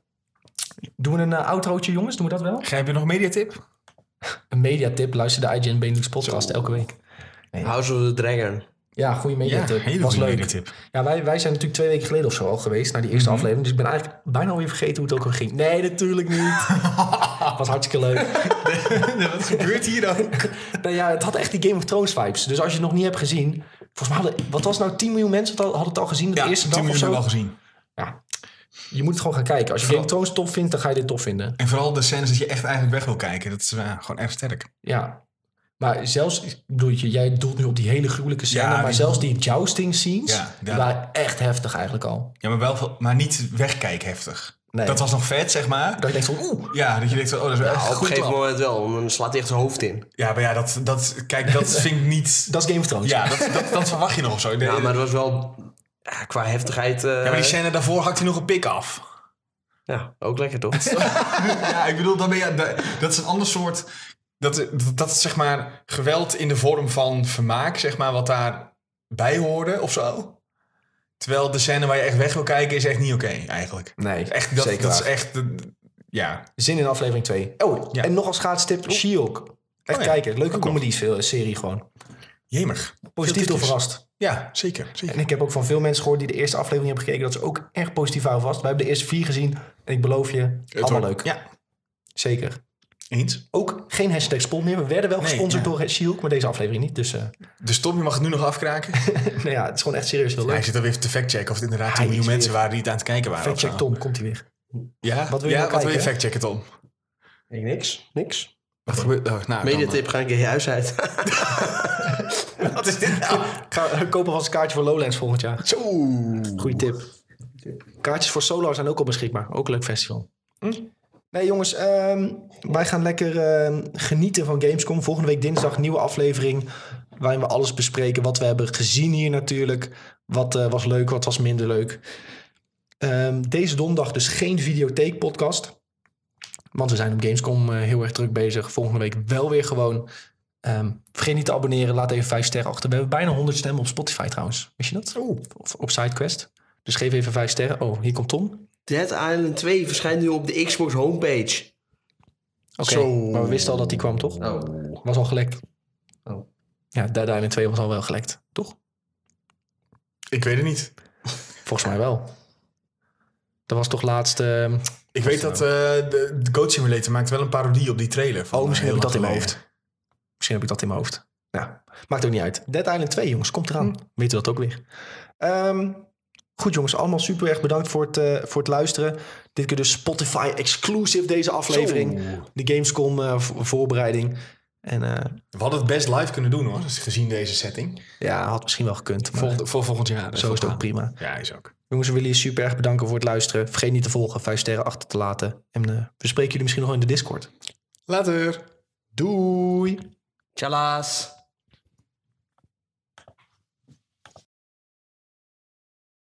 Doen we een outrootje, jongens? Doen we dat wel? Heb je nog een mediatip? Een mediatip. Luister de IGN Benelux podcast elke week. Nee. House of the Dragon. Ja, goede mediatip. Hele was leuk. Mediatip. Ja, wij zijn natuurlijk 2 weken geleden of zo al geweest naar die eerste aflevering. Dus ik ben eigenlijk bijna alweer vergeten hoe het ook al ging. Nee, natuurlijk niet. Was hartstikke leuk. Wat gebeurt hier dan? Nou ja, het had echt die Game of Thrones vibes. Dus als je het nog niet hebt gezien... Volgens mij wat was nou 10 miljoen mensen hadden het al gezien de eerste dag of zo? 10 miljoen al gezien. Ja, je moet het gewoon gaan kijken. Als je Game of Thrones tof vindt, dan ga je dit tof vinden. En vooral de scènes dat je echt eigenlijk weg wil kijken. Dat is gewoon erg sterk. Ja. Maar zelfs, ik bedoel, jij doelt nu op die hele gruwelijke scène, maar zelfs die jousting scenes, die waren echt heftig eigenlijk al. Ja, maar niet wegkijk heftig. Nee. Dat was nog vet, zeg maar. Dat je denkt van, oeh. Ja, dat je denkt van, dat is wel echt op een gegeven moment wel, dan slaat hij echt zijn hoofd in. Ja, maar ja, dat vind ik niet... Dat is Game of Thrones. Ja, dat verwacht je nog of zo. Ja, maar dat was wel, qua heftigheid... Ja, maar die scène daarvoor hakt hij nog een pik af. Ja, ook lekker toch? Ja, ik bedoel, dan ben je... Dat is een ander soort... Dat is zeg maar geweld in de vorm van vermaak, zeg maar, wat daar bij hoorde of zo. Terwijl de scène waar je echt weg wil kijken is echt niet oké, eigenlijk. Nee, Echt, zeker dat is waar. echt... ja. Zin in aflevering 2. Oh, Ja. en nog als schaatstip, She-Hulk. Echt ja. kijken, leuke Ook nog. comedy-serie gewoon. Jemig. Positief door Veel verrast. Ja, zeker. En ik heb ook van veel mensen gehoord die de eerste aflevering hebben gekeken... dat ze ook echt positief houden vast. Wij hebben de eerste 4 gezien en ik beloof je, allemaal leuk. Ja, Zeker. eens. Ook geen hashtag spot meer. We werden wel gesponsord door She-Hulk, maar deze aflevering niet. Dus Dus Tom, je mag het nu nog afkraken. nou ja, het is gewoon echt serieus heel Hij leuk. zit alweer te factchecken of het inderdaad 10 Hij miljoen is mensen weer- waren die het aan het kijken waren. Factcheck of zo. Tom, komt hij weer. Ja, Wat wil je nou wat wil je kijken? factchecken, Tom? Niks. Wat gebeurt er? Nou, Mediatip, ga een keer je huis uit. Wat is dit nou? Ga kopen als een kaartje voor Lowlands volgend jaar. Zo. Goeie tip. Kaartjes voor Solar zijn ook al beschikbaar. Ook een leuk festival. Nee jongens, wij gaan lekker genieten van Gamescom. Volgende week dinsdag nieuwe aflevering. Waarin we alles bespreken. Wat we hebben gezien hier natuurlijk. Wat was leuk, wat was minder leuk. Deze donderdag dus geen videotheek podcast. Want we zijn op Gamescom heel erg druk bezig. Volgende week wel weer gewoon. Vergeet niet te abonneren. Laat even 5 sterren achter. We hebben bijna 100 stemmen op Spotify trouwens. Wist je dat? Of op SideQuest. Dus geef even 5 sterren. Oh, hier komt Tom. Dead Island 2 verschijnt nu op de Xbox homepage. Oké, Zo. maar we wisten al dat die kwam, toch? Oh. Was al gelekt. Oh. Ja, Dead Island 2 was al wel gelekt, toch? Ik weet het niet. Volgens mij wel. Dat was toch laatst... Ik weet dat de Goat Simulator maakt wel een parodie op die trailer. Van, misschien heel heb ik dat in lang mijn geleden. hoofd. Misschien heb ik dat in mijn hoofd. Ja, maakt ook niet uit. Dead Island 2, jongens, komt eraan. Weten we dat ook weer. Goed, jongens, allemaal super erg bedankt voor het luisteren. Dit keer dus Spotify exclusive deze aflevering. De Gamescom voorbereiding. En We hadden het best live kunnen doen, hoor. Gezien deze setting. ja, had misschien wel gekund. Maar Voor volgend jaar. zo is het ook prima. Ja, is ook. Jongens, we willen je super erg bedanken voor het luisteren. Vergeet niet te volgen, 5 sterren achter te laten. En we spreken jullie misschien nog in de Discord. Later. Doei! Tjalaas.